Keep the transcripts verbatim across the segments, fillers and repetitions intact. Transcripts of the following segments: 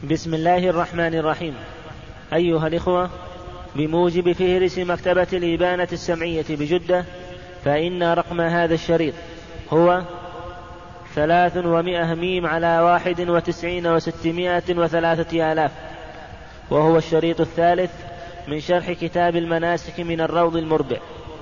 بسم الله الرحمن الرحيم. أيها الإخوة، بموجب فهرس مكتبة الإبانة السمعية بجدة، فإن رقم هذا الشريط هو ثلاث ومائة ميم على واحد وتسعين وستمائة وثلاثة آلاف، وهو الشريط الثالث من شرح كتاب المناسك من الروض المربع.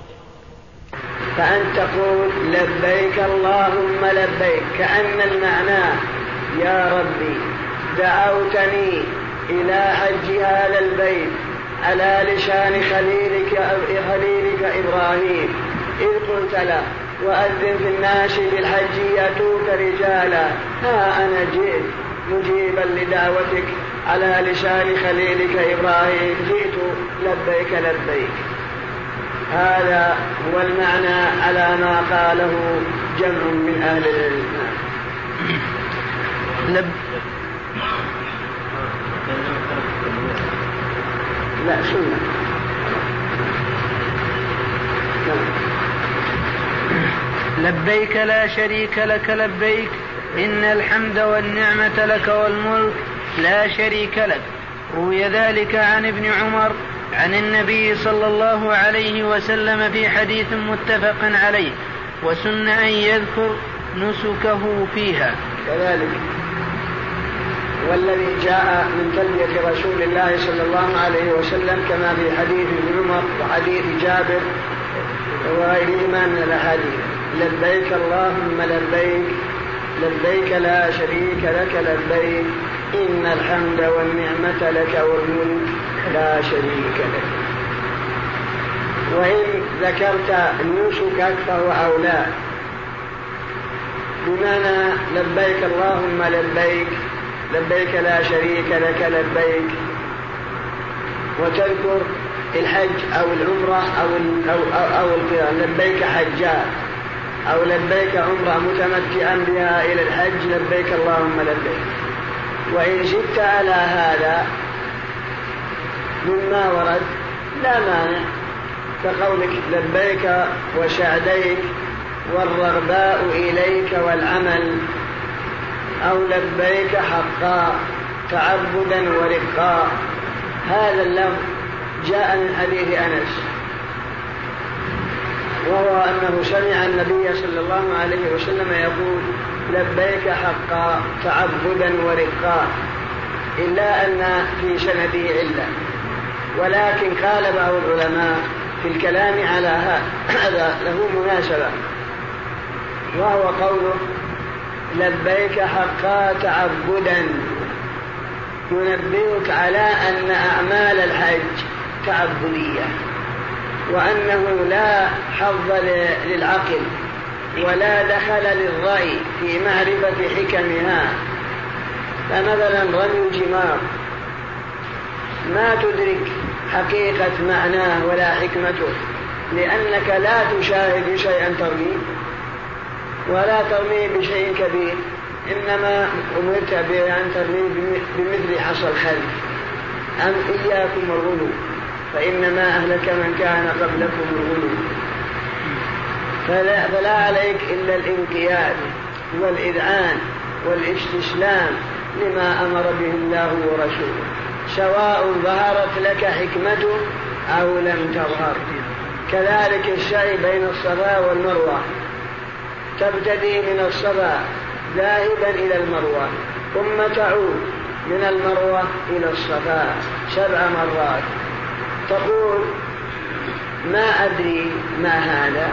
فأن تقول لبيك اللهم لبيك، كأن المعنى يا ربي دعوتني إلى حج هذا البيت على لسان خليلك, خليلك إبراهيم، إذ قلت له وأذن في الناس بالحج يأتوك رجالا، ها أنا جئت مجيبا لدعوتك على لسان خليلك إبراهيم، جئت لبيك لبيك. هذا هو المعنى على ما قاله جمع من أهل العلم. لب... لا سنة. لبيك لا شريك لك لبيك، إن الحمد والنعمة لك والملك لا شريك لك. روي ذلك عن ابن عمر عن النبي صلى الله عليه وسلم في حديث متفق عليه، وسن أن يذكر نسكه فيها. كذلك والذي جاء من تلبية رسول الله صلى الله عليه وسلم كما في حديث ابن عمر وحديث جابر وغيرهما من الأحاديث: لبيك اللهم لبيك، لبيك لا شريك لك لبيك، إن الحمد والنعمة لك والملك لا شريك لك. وإن ذكرت نسكك فهو أولى، بمعنى لبيك اللهم لبيك، لبيك لا شريك لك لبيك، وتذكر الحج أو العمرة أو أو أو القران، لبيك حجا أو لبيك عمرة متمتعا بها إلى الحج، لبيك اللهم لبيك. وإن زدت على هذا مما ورد لا مانع، كقولك لبيك وسعديك والرغباء إليك والعمل، أو لبيك حقا تعبدا ورقا. هذا اللفظ جاء من حديث أنس، وهو أنه سمع النبي صلى الله عليه وسلم يقول لبيك حقا تعبدا ورقا، إلا أن في سنده علة، ولكن قال بعض العلماء في الكلام على هذا له مناسبة، وهو قوله لبيك حقا تعبدا، ينبئك على أن أعمال الحج تعبدية، وأنه لا حظ للعقل ولا دخل للرأي في معرفة حكمها. فمثلا رمي الجمار ما تدرك حقيقة معناه ولا حكمته، لأنك لا تشاهد شيئا ترميه ولا ترميه بشيء كبير، إنما أمرت بأن ترميه بمثل حصى الخلف. أم إياكم الغلو فإنما أهلك من كان قبلكم الغلو. فلا, فلا عليك إلا الانقياد والإذعان والاستسلام لما أمر به الله ورسوله، سواء ظهرت لك حكمته أو لم تظهر. كذلك السعي بين الصفا والمروة، تبتدي من الصفا ذاهبا إلى المروة، ثم تعود من المروة إلى الصفا سبع مرات، تقول ما أدري ما هذا،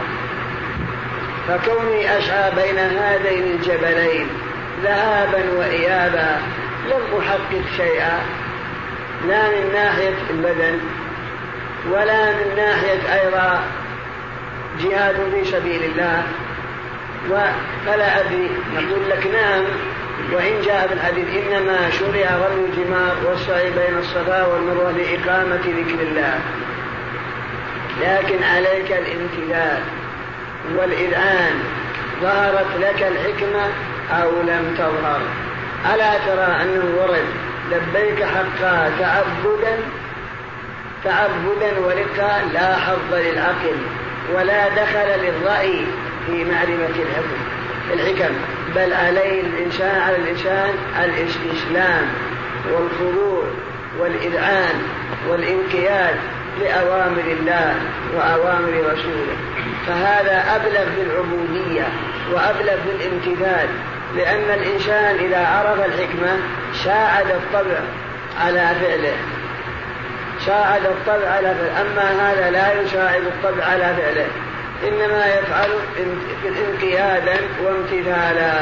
فكوني أسعى بين هذين الجبلين ذهابا وإيابا لم أحقق شيئا، لا من ناحية البدن ولا من ناحية أيضا جهاد في سبيل الله، فلا أدري. نقول لك نعم، وإن جاء بالحديث إنما شرع رمي الجمار والسعي بين الصفا والمروة لإقامة ذكر الله، لكن عليك الامتثال والإذعان، ظهرت لك الحكمة أو لم تظهر. ألا ترى أنه ورد لبيك حقا تعبدا تعبدا ورقا، لا حظ للعقل ولا دخل للرأي في معرفة الحكم، بل عليه الإنسان على الإنسان الاستسلام والخضوع والإذعان والانقياد لأوامر الله وأوامر رسوله، فهذا أبلغ في العبودية وأبلغ في الامتثال، لأن الإنسان إذا عرف الحكمة ساعد الطبع على فعله ساعد الطبع على فعله أما هذا لا يساعد الطبع على فعله، إنما يفعل انقيادا وامتثالا.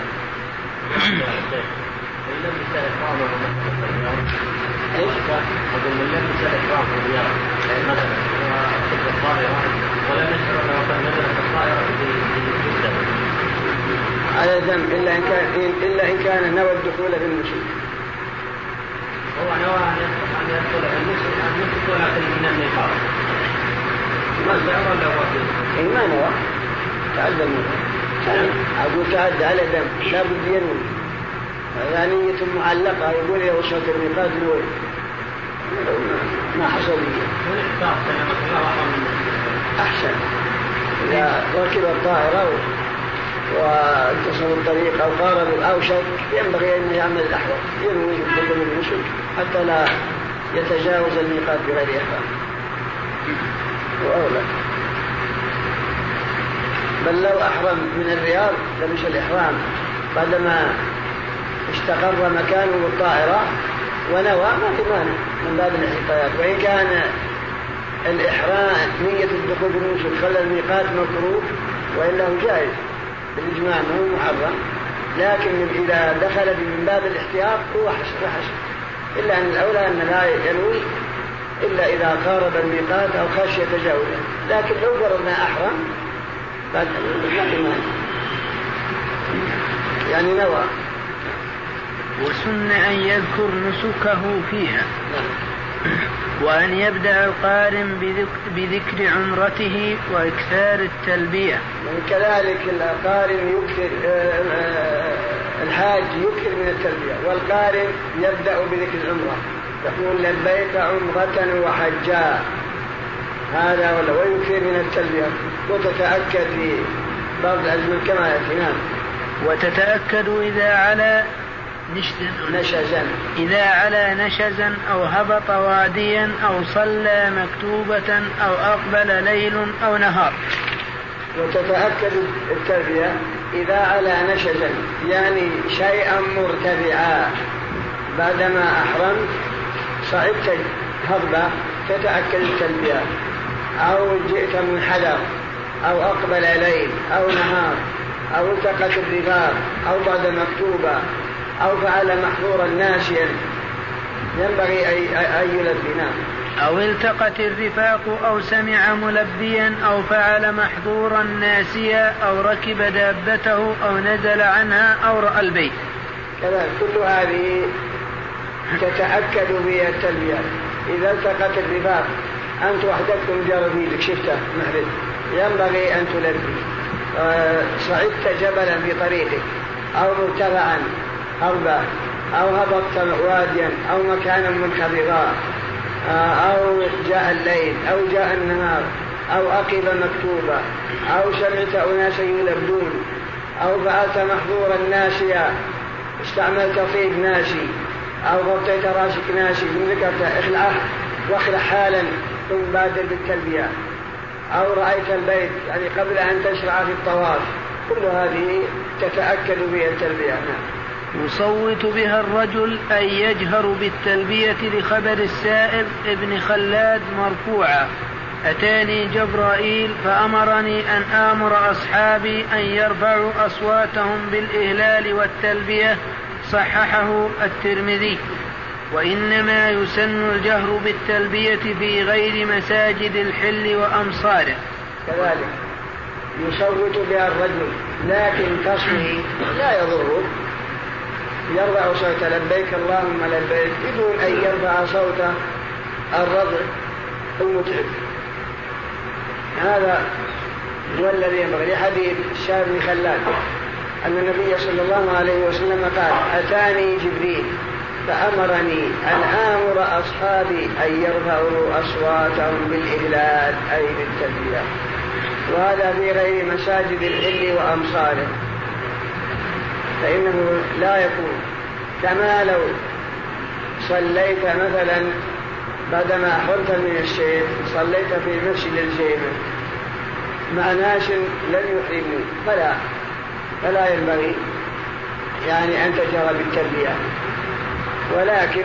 على ذنب إلا إن كان إلا إن كان نوى الدخول في النسك. هو نوى أن يدخل في النسك أن يدخل من النقاط. ما نوى ولا هو؟ ما نوى تعدى منه. أقول تعدى على ذنب لا بد ينوي. ثانية معلقة يقول يا وصلت النقاط الأول ما حصل لي. أحسن إذا ركب الطائرة واتصل الطريق أو قارب أو شك ينبغي أن يعمل الأحوال ينوي بالدم المشرك حتى لا يتجاوز الميقات بغير إحرام وأولى. بل لو أحرم من الرياض لمش الإحرام بعدما استقر مكانه بالطائرة ونوى ما في مانع من باب الاحتياط، وإن كان الإحرام نية الدخول بالنسك خلى الميقات مكروه وإلا هو جائز بالإجماع ما هو محرم، لكن إذا دخل من باب الاحتياط هو حسن حسن، إلا أن الأولى أن لا ينوي إلا إذا قارب الميقات أو خشي تجاوزه، لكن لو فرضنا أحرم بعد الإيمان يعني نوى. وسن أن يذكر نسكه فيها وأن يبدأ القارن بذكر عمرته وإكثار التلبية. وكذلك القارن يكثر الحاج يكثر من التلبية، والقارن يبدأ بذكر العمرة يقول لبيك عمرة وحجا هذا ولا ويكثر من التلبية وتتأكد في بعض الأزمنة كما يأتي. وتتأكد إذا على نشزا إذا على نشزا أو هبط واديا أو صلى مكتوبة أو أقبل ليل أو نهار. وتتأكد التلبية إذا على نشزا يعني شيئا مرتفعا بعدما أحرمت صعدت هضبة تتأكد التلبية، أو جئت من حذر أو أقبل ليل أو نهار أو التقت الرفاق أو بعد مكتوبة أو فعل محظورا ناسيا ينبغي أن يلبي. أو التقت الرفاق أو سمع ملبيا أو فعل محظورا ناسيا أو ركب دابته أو نزل عنها أو رأى البيت. كذلك كل هذه تتأكد بها التلبية. إذا التقت الرفاق أنت وحدكم جار بيدك شفته محرد ينبغي أن تلبي. صعدت جبلا في طريقك أو مرتفعا أربع أو هبطت واديا أو مكانا منخفضا أو جاء الليل أو جاء النهار أو أقب مكتوبة أو سمعت أناسا يلبون أو فعلت محظورا ناسيا استعملت طيب ناسي أو غطيت راسك ناسي ذكرت اخلعه واخلع حالا ثم بادر بالتلبية أو رأيت البيت يعني قبل أن تشرع في الطواف كل هذه تتأكد بها التلبية. يصوت بها الرجل أن يجهر بالتلبية لخبر السائب ابن خلاد مرفوعا أتاني جبرائيل فأمرني أن آمر أصحابي أن يرفعوا أصواتهم بالإهلال والتلبية صححه الترمذي. وإنما يسن الجهر بالتلبية في غير مساجد الحل وأمصاره. كذلك يصوت بها الرجل لكن تصويت لا يضره، يرفع صوت لبيك اللهم لبيك بدون أن يرفع صوت الرضع المتعب. هذا هو الذي ينبغي. لحديث الشاب بن خلاد أن النبي صلى الله عليه وسلم قال أتاني جبريل فأمرني أن آمر أصحابي أن يرفعوا أصواتهم بالإهلال أي بالتلبية، وهذا في غير مساجد الحل وأمصاره، فإنه لا يكون كما لو صليت مثلا بعدما أحرمت من الشيء صليت في مسجد الجيمة مع ناس لم يحرموا فلا فلا ينبغي يعني أن تجهر بالتلبية. ولكن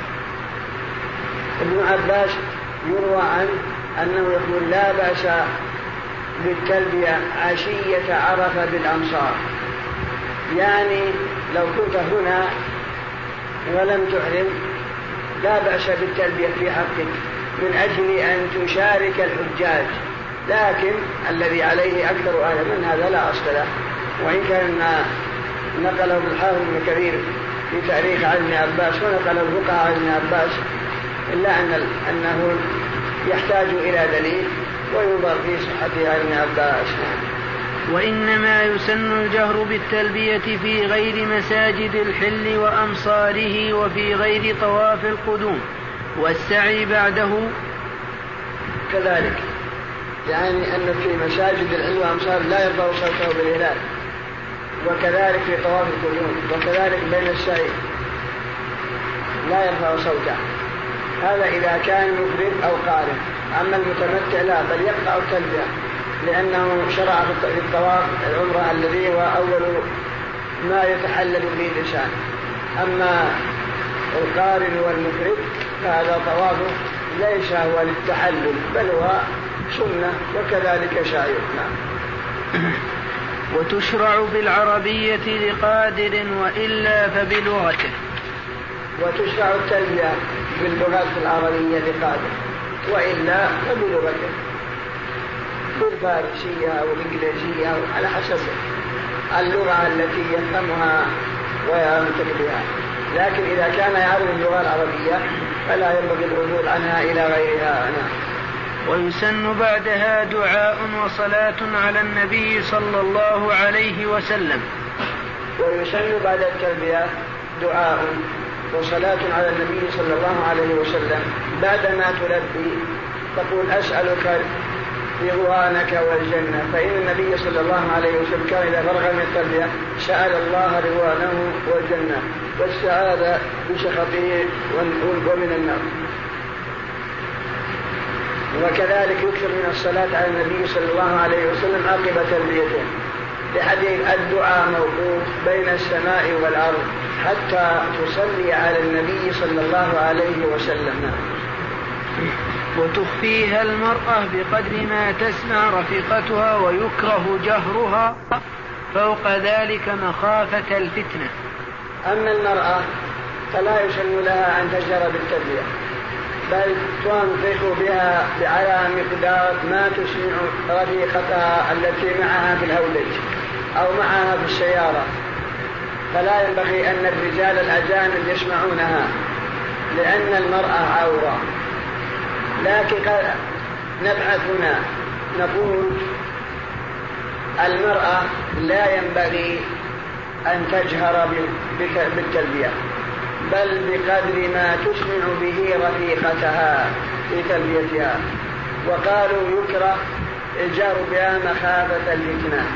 ابن عباس يروى عنه أنه يقول لا بأس بالتلبية عشية عرفة بالأمصار، يعني لو كنت هنا ولم تحرم لا بأس بالتلبية في حقك من أجل أن تشارك الحجاج، لكن الذي عليه أكثر أهل من هذا لا أصل له، وإن كان نقله الحافظ ابن كثير في تاريخ عن ابن عباس ونقله الفقهاء عن ابن عباس، إلا أن أنه يحتاج إلى دليل وينظر في صحته عن ابن عباس. وإنما يسن الجهر بالتلبية في غير مساجد الحل وأمصاره وفي غير طواف القدوم والسعي بعده كذلك، يعني أن في مساجد الحل وأمصار لا يرفع صوته بالهلال، وكذلك في طواف القدوم، وكذلك بين السعي لا يرفع صوته، هذا إذا كان مفرد أو قارن. أما المتمتع لا، بل يقطع التلبية لأنه شرع في الطواف العمرة الذي هو أول ما يتحلل به الإنسان. أما القارن والمفرد فهذا طوافه ليس هو للتحلل بل هو سنة، وكذلك سعيه. وتشرع بالعربية لقادر وإلا فبلغته. وتشرع التلبية باللغات العربية لقادر وإلا فبلغته، بالفارسية أو الإنجليزية على حسب اللغة التي يفهمها وينطق بها. لكن إذا كان يعرف اللغة العربية فلا ينبغي العدول عنها إلى غيرها. ويسن بعدها دعاء وصلاة على النبي صلى الله عليه وسلم. ويسن بعد التلبية دعاء وصلاة على النبي صلى الله عليه وسلم بعدما تلبي تقول أسألك رضوانك والجنة، فإن النبي صلى الله عليه وسلم كان إذا فرغ من التلبية سأل الله رضوانه والجنة والسعادة بسخطه ومن النار. وكذلك يكثر من الصلاة على النبي صلى الله عليه وسلم عقب تلبيته، لحديث الدعاء موقوف بين السماء والأرض حتى تصلي على النبي صلى الله عليه وسلم. وتخفيها المرأة بقدر ما تسمع رفيقتها، ويكره جهرها فوق ذلك مخافة الفتنة. أما المرأة فلا يسن لها أن تجهر بالتلبية، بل تنفق بها على مقدار ما تسمع رفيقتها التي معها في الهودج أو معها في السيارة، فلا ينبغي أن الرجال الأجانب يسمعونها لأن المرأة عورة. لكن نبحث هنا نقول المرأة لا ينبغي أن تجهر بالتلبية، بل بقدر ما تسمع به رفيقتها في تلبيتها. وقالوا يكره الجهر بها مخافة الفتنة.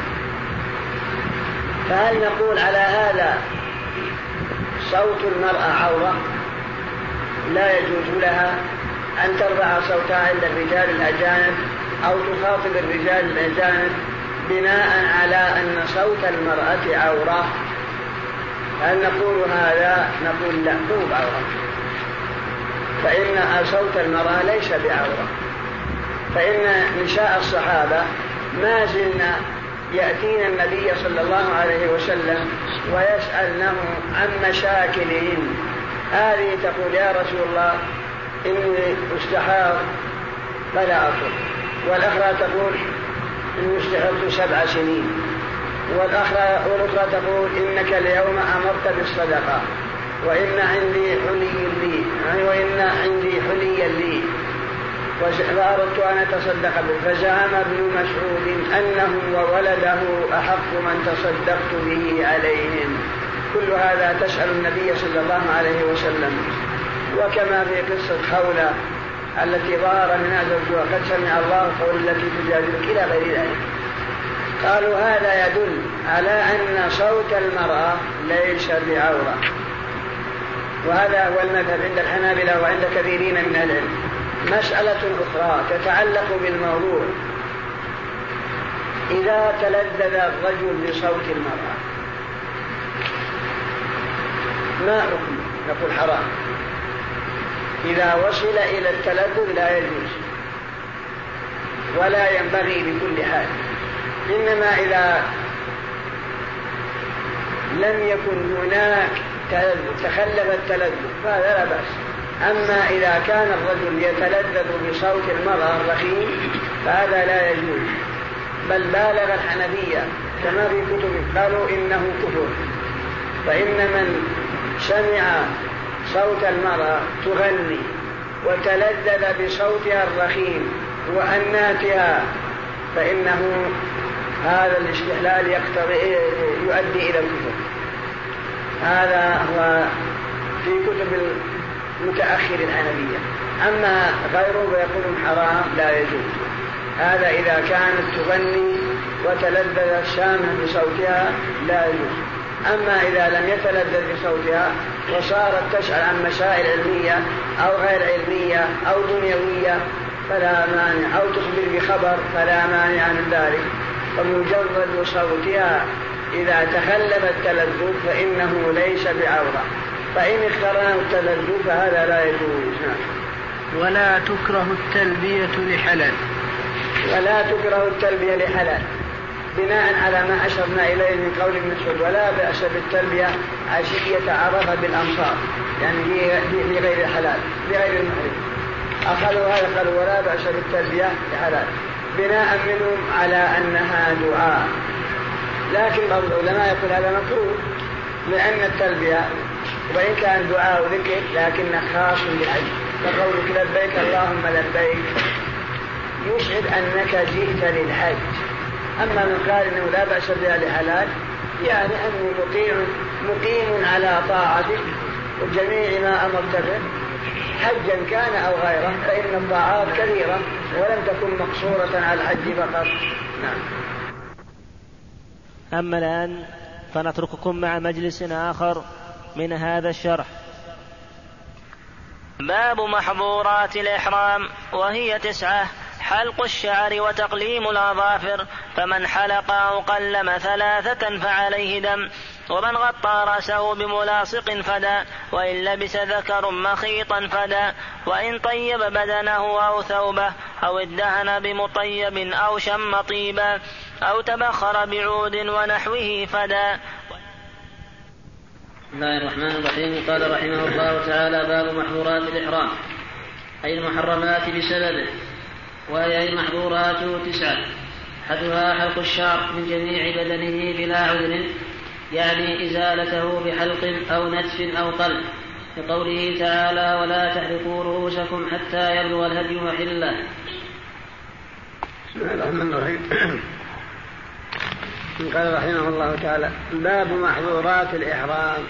فهل نقول على هذا صوت المرأة عورة؟ لا يجوز لها أن ترفع صوتها عند الرجال الأجانب أو تخاطب الرجال الأجانب بناء على أن صوت المرأة عورة. هل نقول هذا؟ نقول لا، مو بعورة، فإن صوت المرأة ليس بعورة. فإن نساء الصحابة ما زلنا يأتين النبي صلى الله عليه وسلم ويسألنه عن مشاكلهم. هذه تقول يا رسول الله إني استحاض فلا أطلق، والأخرى تقول إني استحضت سبع سنين، والأخرى والأخرى تقول إنك اليوم أمرت بالصدقة، وإن عندي حلي لي وإن عندي حليا لي فأردت أن أتصدق به. فزعم ابن مسعود أنه وولده أحق من تصدقت به عليهم. كل هذا تسأل النبي صلى الله عليه وسلم. وكما في قصة خولة التي ظهر منها زوجها قد سمع الله قول التي تجادلك إلى غير ذلك، قالوا هذا يدل على أن صوت المرأة ليس بعورة. وهذا هو المذهب عند الحنابلة وعند كثيرين من العلم. مسألة أخرى تتعلق بالموضوع: إذا تلذذ الرجل بصوت المرأة ما حكمه؟ نقول حرام. إذا وصل إلى التلذذ لا يجوز ولا ينبغي بكل حال، إنما إذا لم يكن هناك تلذذ تخلف التلذذ فهذا لا بأس. أما إذا كان الرجل يتلذذ بصوت المرأة الرخيم فهذا لا يجوز، بل بالغ الحنفية كما في كتب قالوا إنه كفر. فإن من سمع صوت المرأة تغني وتلذذ بصوتها الرخيم وأناتها فإنه هذا الاستحلال يقتضي يؤدي إلى الكفر. هذا هو في كتب المتأخر الحنفية. أما غيره فيقولون حرام لا يجوز. هذا إذا كانت تغني وتلذذ السامع بصوتها لا يجوز. أما إذا لم يتلذذ بصوتها وصارت تسأل عن مسائل علمية أو غير علمية أو دنيوية فلا مانع، أو تخبر بخبر فلا مانع من ذلك. ومجرد صوتها إذا تخلف التلذذ فإنه ليس بعورة، فإن اخترناه التلذذ فهذا لا يجوز. ولا تكره التلبية لحلال. ولا تكره التلبية لحلال بناء على ما أشرنا إليه من قول ابن مسعود: ولا بأس بالتلبية عشية عرفة بالأمصار، يعني لغير الحلال لغير المحرم. أخذوا هذا قالوا ولا بأس بالتلبية لحلال بناء منهم على أنها دعاء. لكن بعض العلماء يقول هذا مكروه، لأن التلبية وإن كان دعاء وذكر لكن خاص بالحج، فقولك لبيك اللهم لبيك يشهد أنك جئت للحج. أما من قال إنه لا بأس بها لحلال يعني أنه مطيع مقيم على طاعتك وجميع ما أمرت به حجا كان أو غيره، فإن الطاعات كثيرة ولم تكن مقصورة على الحج فقط. نعم. أما الآن فنترككم مع مجلس آخر من هذا الشرح. باب محظورات الإحرام، وهي تسعة: حلق الشعر وتقليم الأظافر، فمن حلق أو قلم ثلاثة فعليه دم، ومن غطى رأسه بملاصق فدا، وإن لبس ذكر مخيطا فدا، وإن طيب بدنه أو ثوبه أو ادهن بمطيب أو شم طيبا أو تبخر بعود ونحوه فدا. بسم الله الرحمن الرحيم. قال رحمه الله تعالى: باب محظورات الإحرام، أي المحرمات بسببه، وهي المحظورات تسعة: أحدها حلق الشعر من جميع بدنه بلا عذر، يعني إزالته بحلق أو نتف أو قلب، لقوله تعالى: ولا تحلقوا رؤوسكم حتى يبلغ الهدي محله. بسم الله الرحمن الرحيم. قال رحمه الله تعالى: باب محظورات الإحرام.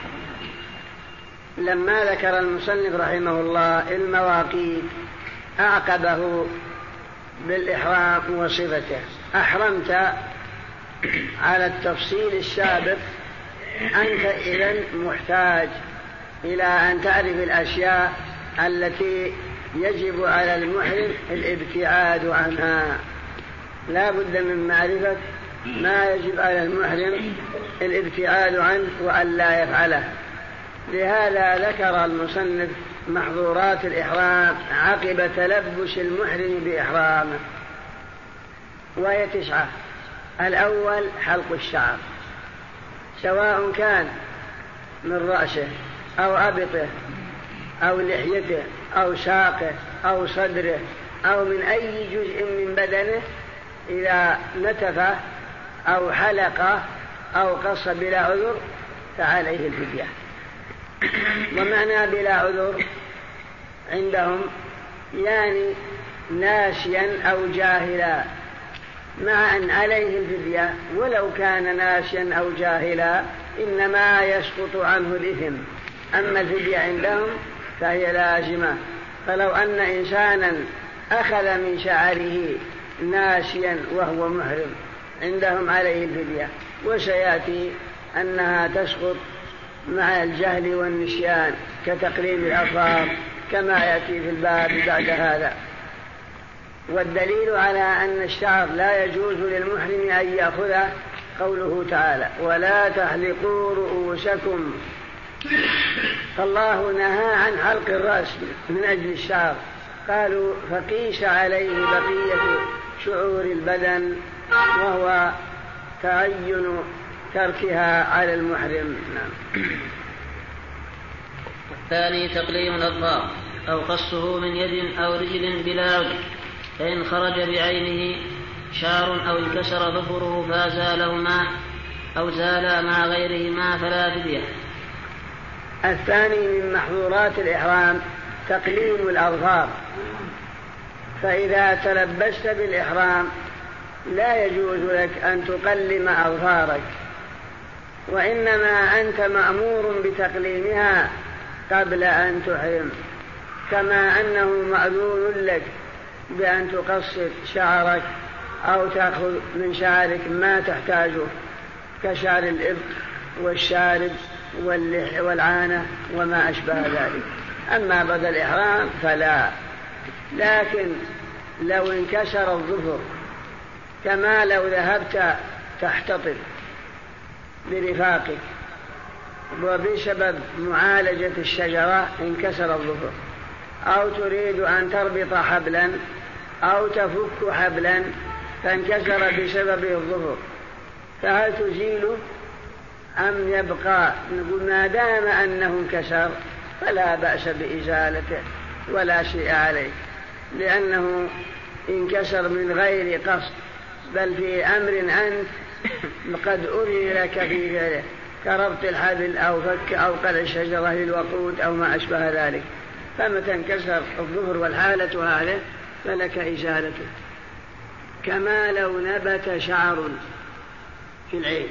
لما ذكر المصنف رحمه الله المواقيت أعقبه بالإحرام وصفته. أحرمت على التفصيل السابق، أنت إذن محتاج إلى أن تعرف الأشياء التي يجب على المحرم الابتعاد عنها. لا بد من معرفة ما يجب على المحرم الابتعاد عنه وأن لا يفعله. لهذا ذكر المصنف محظورات الإحرام عقب تلبس المحرم بإحرامه، وهي تسعة. الأول حلق الشعر، سواء كان من رأسه أو أبطه أو لحيته أو ساقه أو صدره أو من أي جزء من بدنه، إذا نتفه أو حلقه أو قص بلا عذر فعليه الفدية. ومعنى بلا عذر عندهم يعني ناسيا أو جاهلا، مع أن عليه الفدية ولو كان ناسيا أو جاهلا إنما يسقط عنه الإثم. أما الفدية عندهم فهي لازمة، فلو أن إنسانا أخذ من شعره ناسيا وهو محرم عندهم عليه الفدية، وسيأتي أنها تسقط مع الجهل والنسيان كتقليم الأظفار كما يأتي في الباب بعد هذا. والدليل على أن الشعر لا يجوز للمحرم أن يأخذه قوله تعالى ولا تحلقوا رؤوسكم، فالله نهى عن حلق الرأس من أجل الشعر، قالوا فقيس عليه بقية شعور البدن وهو تعين تركها على المحرم. نعم. الثاني تقليم الأظفار أو قصه من يد أو رجل بلا عذر، فإن خرج بعينه شعر أو انكسر ظفره فازالهما أو زالا مع غيرهما فلا فدية. الثاني من محظورات الإحرام تقليم الأظفار، فإذا تلبست بالإحرام لا يجوز لك أن تقلم أظفارك، وإنما أنت مأمور بتقليمها قبل أن تحرم، كما أنه مأذون لك بأن تقصر شعرك أو تأخذ من شعرك ما تحتاجه كشعر الإبط والشارب والعانة وما أشبه ذلك. أما بعد الإحرام فلا. لكن لو انكسر الظفر كما لو ذهبت تحتطب برفاقك وبسبب معالجة الشجرة انكسر الظفر، أو تريد أن تربط حبلا أو تفك حبلا فانكسر بسبب الظفر، فهل تزيله أم يبقى؟ نقول ما دام أنه انكسر فلا بأس بإزالته ولا شيء عليه، لأنه انكسر من غير قصد، بل في أمر أنت قد أري لك في ذلك كربط الحبل أو فك أو قلع الشجرة للوقود أو ما أشبه ذلك. فمتى انكسر الظفر والحالة هذه فلك إزالته، كما لو نبت شعر في العين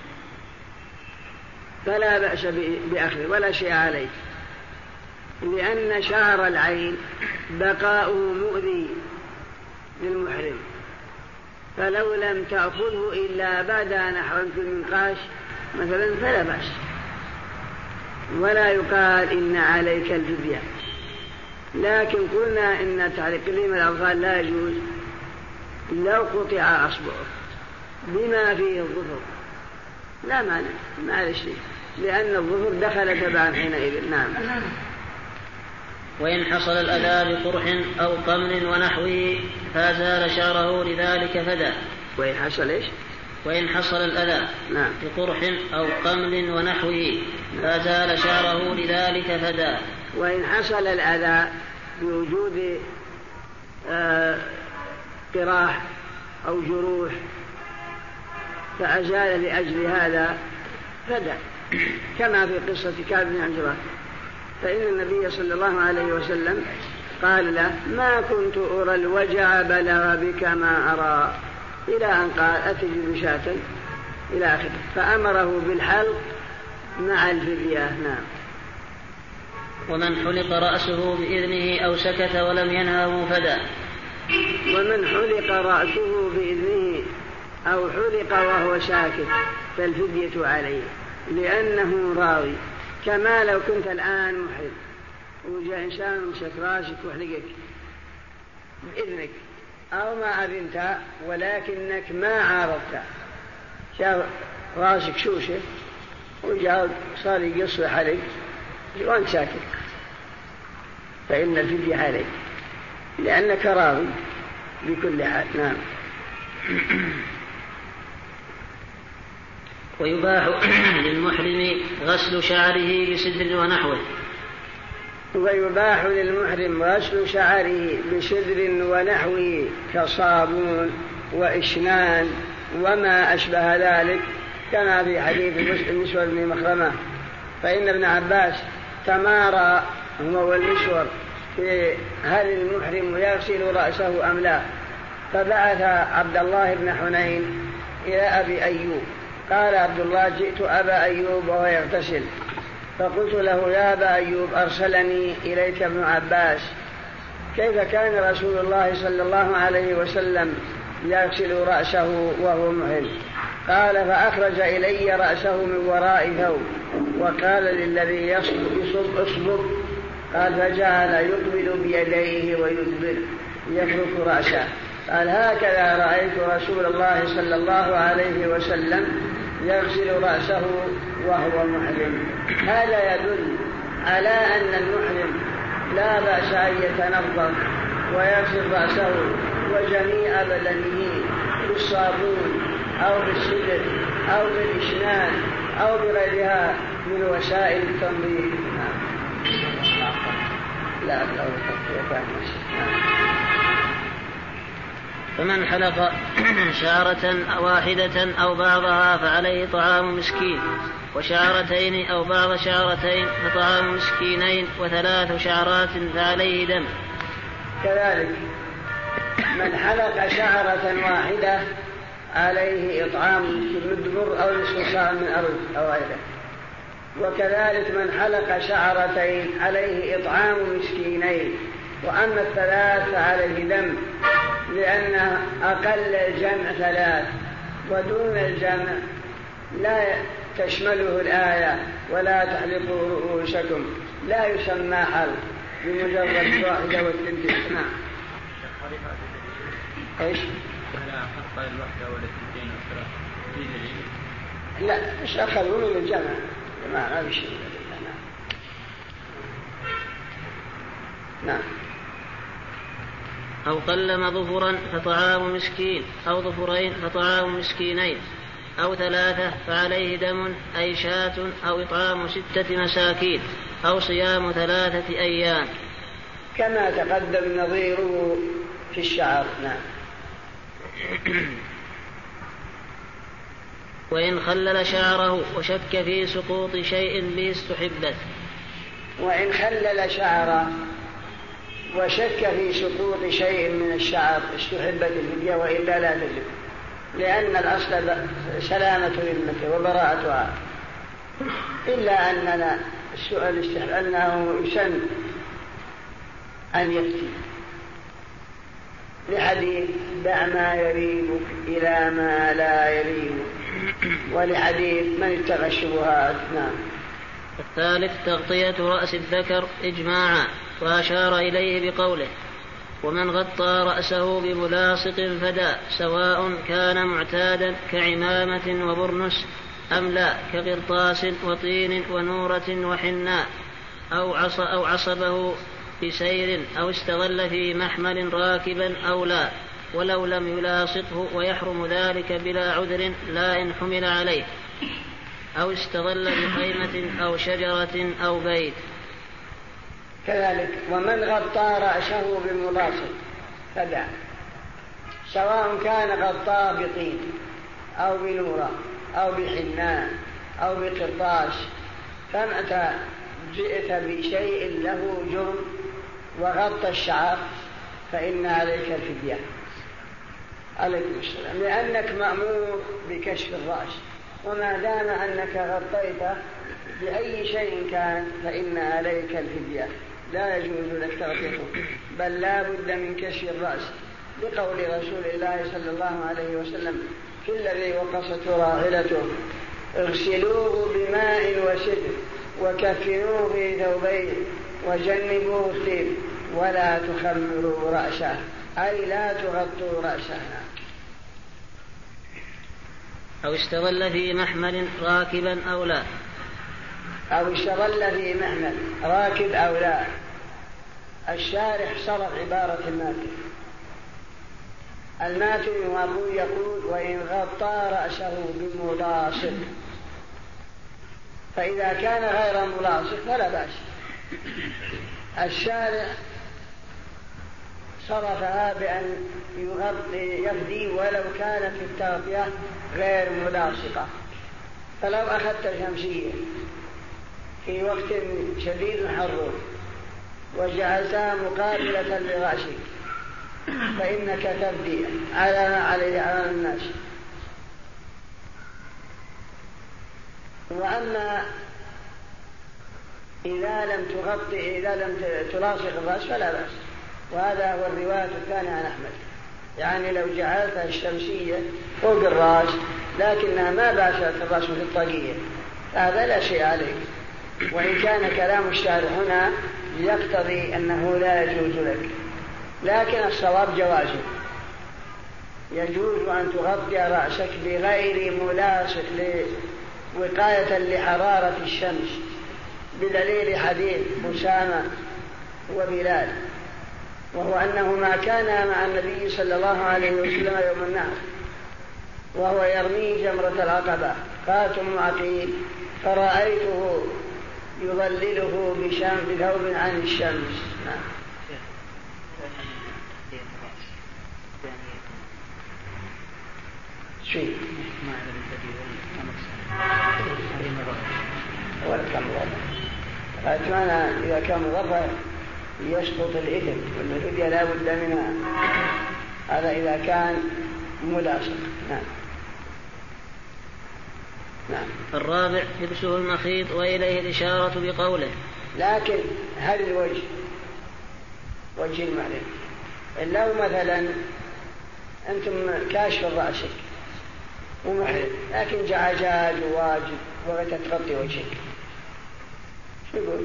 فلا بأس بأخذه ولا شيء عليه، لأن شعر العين بقاؤه مؤذي للمحرم، فلو لم تأخذه إلا بعد أن أحرمت المنقاش مثلا فلا بأس، ولا يقال إن عليك الفدية. لكن قلنا إن تقليم الأظفار لا يجوز لو قطع أصبعه بما فيه الظفر، لا مانع ما شيء، لأن الظفر دخل تبعا حينئذ. نعم. وإن حصل الأذى بقرح أو قمل ونحوه فازال شعره لذلك فدى. وإن حصل إيش؟ وإن حصل الأذى نعم. بقرح أو قمل ونحوه فازال شعره لذلك فدى. وإن حصل الأذى بوجود آه قراح أو جروح فأزال لأجل هذا فدى، كما في قصة كعب بن عجرة، فإن النبي صلى الله عليه وسلم قال له ما كنت أرى الوجع بلغ بك ما أرى، إلى أن قال أتجد شاة إلى آخره، فأمره بالحلق مع الفدية. نعم. ومن حلق رأسه بإذنه أو سكت ولم ينهه فدى. ومن حلق رأسه بإذنه أو حلق وهو ساكت فالفدية عليه، لأنه راوي، كما لو كنت الآن محرم وجاء إنسان مسك راسك وحلقك بإذنك أو ما أذنت ولكنك ما عارضت، شاف راسك شوشة وجاء صار يقص حلق وأنت ساكت فإن الفدية عليك لأنك راوي بكل حال. نعم. ويباح للمحرم غسل شعره بسدر ونحوه. ويباح للمحرم غسل شعره بسدر ونحوه كصابون وإشنان وما أشبه ذلك، كما في حديث المسور بن مخرمة، فإن ابن عباس تمارى هو والمسور في هل المحرم يغسل رأسه أم لا، فبعث عبد الله بن حنين إلى أبي أيوب، قال عبد الله جئت أبا أيوب وهو يغتسل، فقلت له يا أبا أيوب أرسلني إليك ابن عباس كيف كان رسول الله صلى الله عليه وسلم يغسل رأسه وهو محرم؟ قال فأخرج إلي رأسه من وراء ثوب وقال للذي يصب اصبر، قال فجعل يقبل بيديه ويدبر يفرك رأسه. قال هكذا رأيت رسول الله صلى الله عليه وسلم يغسل رأسه وهو محرم. هذا يدل على أن المحرم لا بأس أن يتنظف ويغسل رأسه وجميع بدنه بالصابون أو بالسدر أو بالإشنان أو بغيرها من وسائل التنظيف. لا لا فمن حلق شعرة واحدة أو بعضها فعليه طعام مسكين، وشعرتين أو بعض شعرتين فطعام مسكينين، وثلاث شعرات فعليه دم. كذلك من حلق شعرة واحدة عليه إطعام مسكين بر أو نصف صاع من أرز أو غيره. وكذلك من حلق شعرتين عليه إطعام مسكينين. وأما الثلاث فعليه دم، لأن أقل الجمع ثلاث ودون الجمع لا تشمله الآية ولا تحلقوا رؤوسكم، لا يسمى حلق بمجرد واحدة والثنتين. نعم. ايش؟ لا حق الوحدة والثنتين والثلاث. لا مش أخذوا من الجمع ما ما بشيء. نعم. أو قلم ظفرا فطعام مسكين، أو ظفرين فطعام مسكينين، أو ثلاثة فعليه دم أي شاة، أو إطعام ستة مساكين، أو صيام ثلاثة أيام، كما تقدم نظيره في الشعر. نعم. وإن خلل شعره وشك في سقوط شيء به استحبت. وإن خلل شعره وشك في سقوط شيء من الشعر استحبت الفدية، وإلا لا تجب، لأن الأصل سلامة ذمته وبراءتها، إلا أننا السؤال استحب أنه يسن أن يفتي لحديث دع ما يريبك إلى ما لا يريبك، ولحديث من اتقى الشبهات. نعم. الثالث تغطية رأس الذكر إجماعا، وأشار إليه بقوله ومن غطى رأسه بملاصق فداء، سواء كان معتادا كعمامة وبرنس أم لا، كقرطاس وطين ونورة وحناء، أو, عص أو عصبه بسير، أو استظل في محمل راكبا أو لا، ولو لم يلاصقه، ويحرم ذلك بلا عذر لا إن حمل عليه، أو استظل بخيمة أو شجرة أو بيت. كذلك ومن غطى رأسه بالملاصق فدع، سواء كان غطاه بطين أو بنورة أو بحناء أو بقرطاس، فمتى جئت بشيء له جرم وغطى الشعر فإن عليك الفدية. عليكم السلام. لأنك مأمور بكشف الرأس، وما دام أنك غطيته بأي شيء كان فإن عليك الفدية، لا يجوز لك تغطيته، بل لا بد من كشف الرأس، بقول رسول الله صلى الله عليه وسلم في الذي وقصته راحلته اغسلوه بماء وسدر وكفنوه في ثوبين وجنبوه الطيب ولا تخمروا رأسه، أي لا تغطوا رأسه. أو استظل في محمل راكبا أو لا، أو استظل في محمل راكب أو لا. الشارح صرف عبارة الماتن. الماتن يقول وإن غطى رأسه بملاصق، فإذا كان غير ملاصق فلا بأس. الشارع صرفها بأن يغطي يفدي ولو كانت التغطية غير ملاصقة. فلو أخذت شمسية في وقت شديد حر وجعلتها مقابلة لرأسك فإنك تفدي على ما عليه على الناس. وأما إذا لم تغطي إذا لم تلاصق الرأس فلا بأس، وهذا هو الرواية الثانية عن أحمد. يعني لو جعلتها الشمسية فوق الرأس لكنها ما باشرت الرأس في الطاقية هذا لا شيء عليه، وإن كان كلام الشارع هنا يقتضي أنه لا يجوز لك، لكن الصواب جوازه. يجوز أن تغطي رأسك بغير ملاصق وقاية لحرارة الشمس، بدليل حديث أسامة وبلال، وهو أنهما كانا مع النبي صلى الله عليه وسلم يوم النحر وهو يرمي جمرة العقبة، قالت أم عقيل فرأيته يظلله بشام بثوب عن الشمس. نعم. شيء ولا كم ضربة أتمنى إذا كان ضربة يسقط الإثم، والمفيدية لا بد منها، هذا إذا كان ملاصق. نعم. نعم. الرابع لبسه المخيط وإليه الإشارة بقوله. لكن هل الوجه وجه المحرم لو مثلا أنتم كاشف رأسك ومحرم لكن جعجاج وواجب وغير تغطي وجهك، شو يقول؟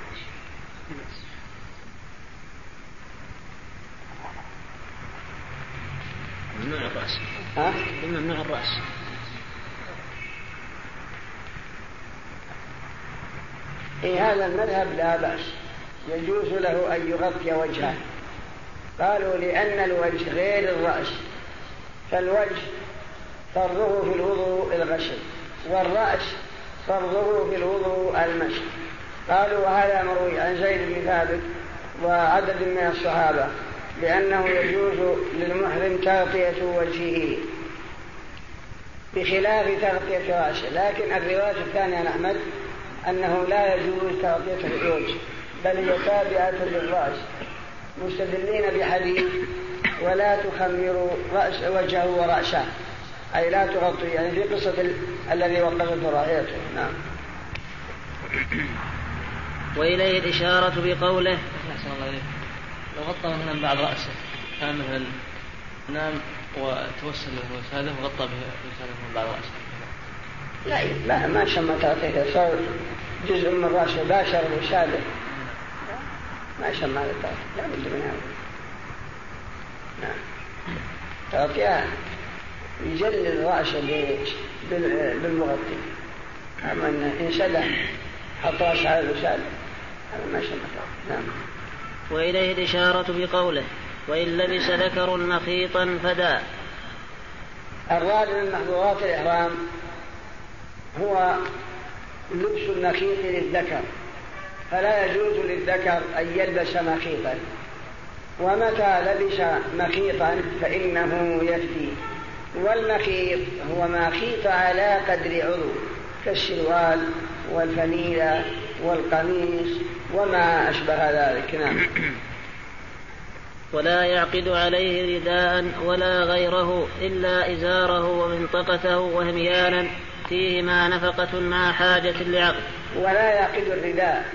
ممنوع الرأس. ها؟ ممنوع الرأس. إيه هذا المذهب لا بأس، يجوز له أن يغطي وجهه. قالوا لأن الوجه غير الرأس، فالوجه فرضه في الوضوء الغسل، والرأس فرضه في الوضوء المسح. قالوا وهذا مروي عن زيد بن ثابت وعدد من الصحابة لأنه يجوز للمحرم تغطية وجهه بخلاف تغطية رأسه. لكن الرواية الثانية عن أحمد أنه لا يجوز تغطية الوجه بل هي تابعة للرأس، مستدلين بحديث ولا تخمروا رأس وجهه ورأسه، أي لا تغطي، يعني في قصة الذي وقفت رايته. نعم. وإليه الإشارة بقوله. لو غطى مثلا بعض رأسه كان مثلا نام وتوسل له هذا وغطى به من بعض رأسه، لا لا ما شم تغطيته، صار جزء من رأسه باشر وسادة، ما شم هذا التغطية، لا بد من هذا. نعم. تغطية يجلل رأسه بالمغطي، أما إن سدح حط رأسه على الوسادة هذا ما شم تغطية. نعم. وإليه الإشارة بقوله وإن لبس ذكر مخيطا فدا. الرابع من محظورات الإحرام هو لبس المخيط للذكر، فلا يجوز للذكر أن يلبس مخيطا، ومتى لبس مخيطا فإنه يفدي. والمخيط هو ما خيط على قدر عضو كالسروال والفنيلة والقميص وما أشبه ذلك. نعم. ولا يعقد عليه رداء ولا غيره إلا إزاره ومنطقته وهميانا فيهما نفقة مع حاجة لعقد. ولا يعقد الرداء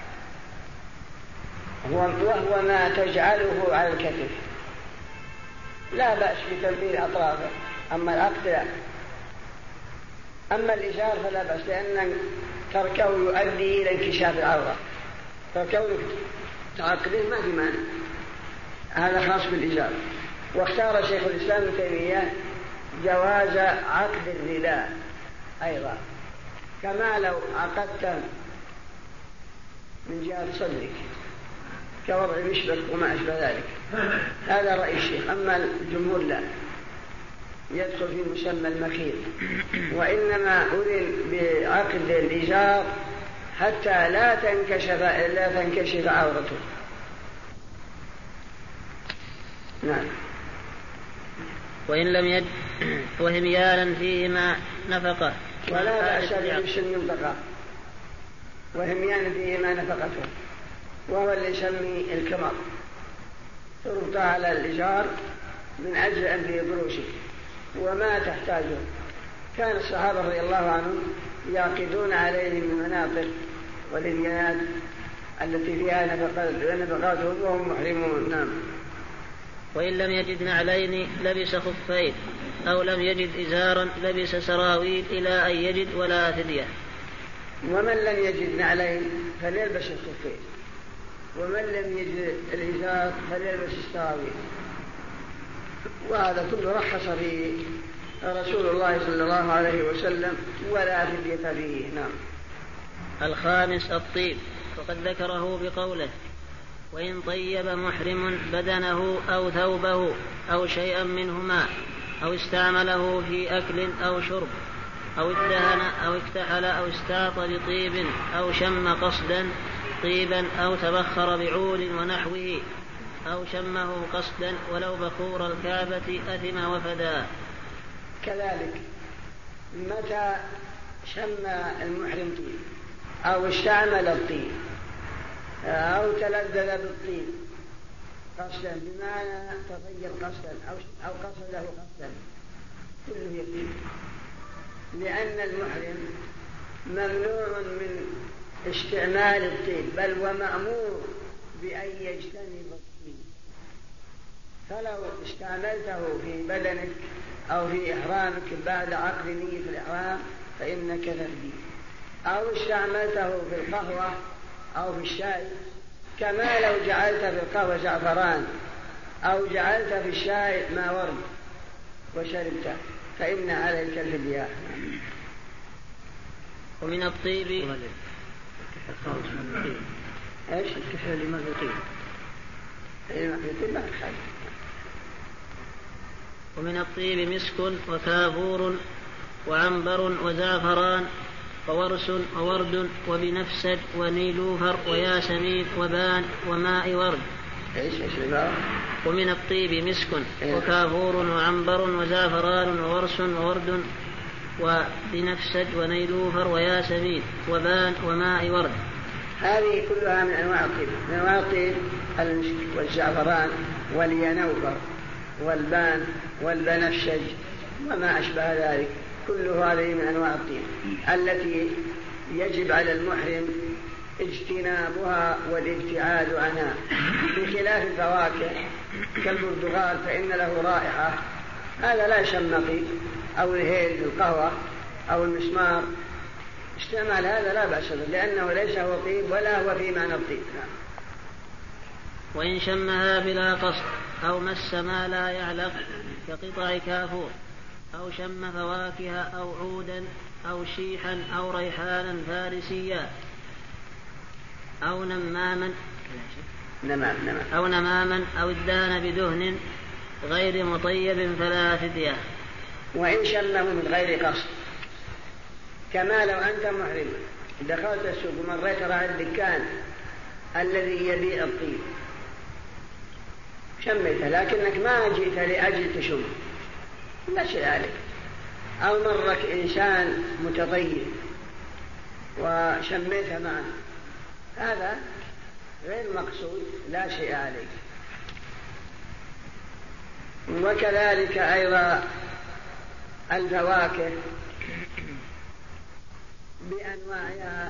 وهو ما تجعله على الكتف، لا بأس بتنبيه أطرافه، أما العقد لا. أما الإزار فلا بأس، لأن تركه يؤدي إلى انكشاف العورة، فكونك تعقده ما في مانع، هذا خاص بالإزار. واختار شيخ الإسلام ابن تيمية جواز عقد الرداء أيضا، كما لو عقدت من جهة صدرك كوضع مشبك وما أشبه ذلك، هذا رأي الشيخ. أما الجمهور لا، يدخل في مسمى المخيط، وإنما أذن بعقد الإزار حتى لا تنكشف لا تنكشف عورته. نعم. وإن لم يد وهميانا فيهما نفقة. ولا بأس بلبس المنطقة وهميانا فيهما نفقته، وهو اللي يسمي الكمر، تربط على الإزار من أجل أن بروشك وما تحتاجه. كان الصحابة رضي الله عنهم يعقدون عليه من المناطق والهميانات التي فيها نفقات وهم محرمون. نعم. وإن لم يجد نعلين لبس خفين، أو لم يجد إزارا لبس سراويل إلى أن يجد ولا فدية. ومن لم يجد نعلين فليلبس الخفين، ومن لم يجد الإزار فليلبس السراويل. وهذا كله رخص فيه رسول الله صلى الله عليه وسلم ولا فدية فيه. نعم. الخامس الطيب، وقد ذكره بقوله: وإن طيب محرم بدنه أو ثوبه أو شيئا منهما أو استعمله في أكل أو شرب أو ادهن أو اكتحل أو استعط بطيب أو شم قصدا طيبا أو تبخر بعود ونحوه أو شمه قصدا ولو بخور الكعبة أثم وفدا. كذلك متى شم المحرم طيب أو استعمل الطيب أو تلذذ بالطيب قصدا، بمعنى تطيب قصدا أو قصد له قصدا، كله يطيب، لأن المحرم ممنوع من استعمال الطيب، بل ومأمور بأن يجتنب الطيب. فلو استعملته في بدنك أو في إحرامك بعد عقد نية الإحرام فإنك تردي، أو استعملته في القهوة أو في الشاي، كما لو جعلت في القهوة زعفران أو جعلت في الشاي ما ورد وشربته فإن عليك الفدية. ومن الطيب ايش الكفر لما يطيب؟ يطيب ما يخالف. ومن الطيب مسك وكافور وعنبر وزعفران وورس وورد وبنفسج ونيلوفر وياسمين وبان وماء ورد. ايش ايش العبارة؟ ومن الطيب مسك وكافور وعنبر وزعفران وورس وورد وبنفسج ونيلوفر وياسمين وبان وماء ورد. هذه كلها من أنواع الطيب. من أنواع الطيب المسك والزعفران واليانوفر والبان والبنفسج وما أشبه ذلك، كل هذه من أنواع الطيب التي يجب على المحرم اجتنابها والابتعاد عنها، بخلاف الفواكه كالبرتقال فإن له رائحة، هذا لا يشمقي، أو الهيل بالقهوة أو المسمار، استعمال هذا لا بأس به لأنه ليس هو طيب ولا هو في معنى الطيب. وإن شمها بلا قصد أو مس ما لا يعلق كقطع كافور أو شم فواكه أو عودا أو شيحا أو ريحانا فارسيا أو نماما نمام نمام أو نماما أو ادان بدهن غير مطيب فلا فدية. وإن شمه من غير قصد، كما لو أنت محرم دخلت السوق ومريت راعي الدكان الذي يبيع الطيب شميته، لكنك ما جئت لأجل تشم، لا شيء عليك. أو مرك إنسان متطيب وشميته معه، هذا غير مقصود، لا شيء عليك. وكذلك أيضا الفواكه بأنواعها،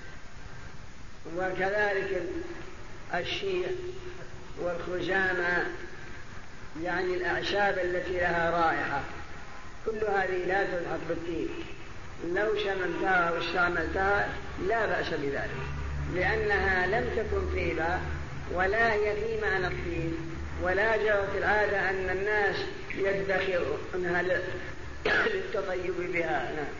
وكذلك الشيء والخزامة، يعني الأعشاب التي لها رائحة، كل هذه لا تلحق بالطيب. لو شممتها واستعملتها لا بأس بذلك، لأنها لم تكن طيبا ولا هي في معنى الطيب، ولا جرت العادة أن الناس يدخرونها للتطيب بها. نعم.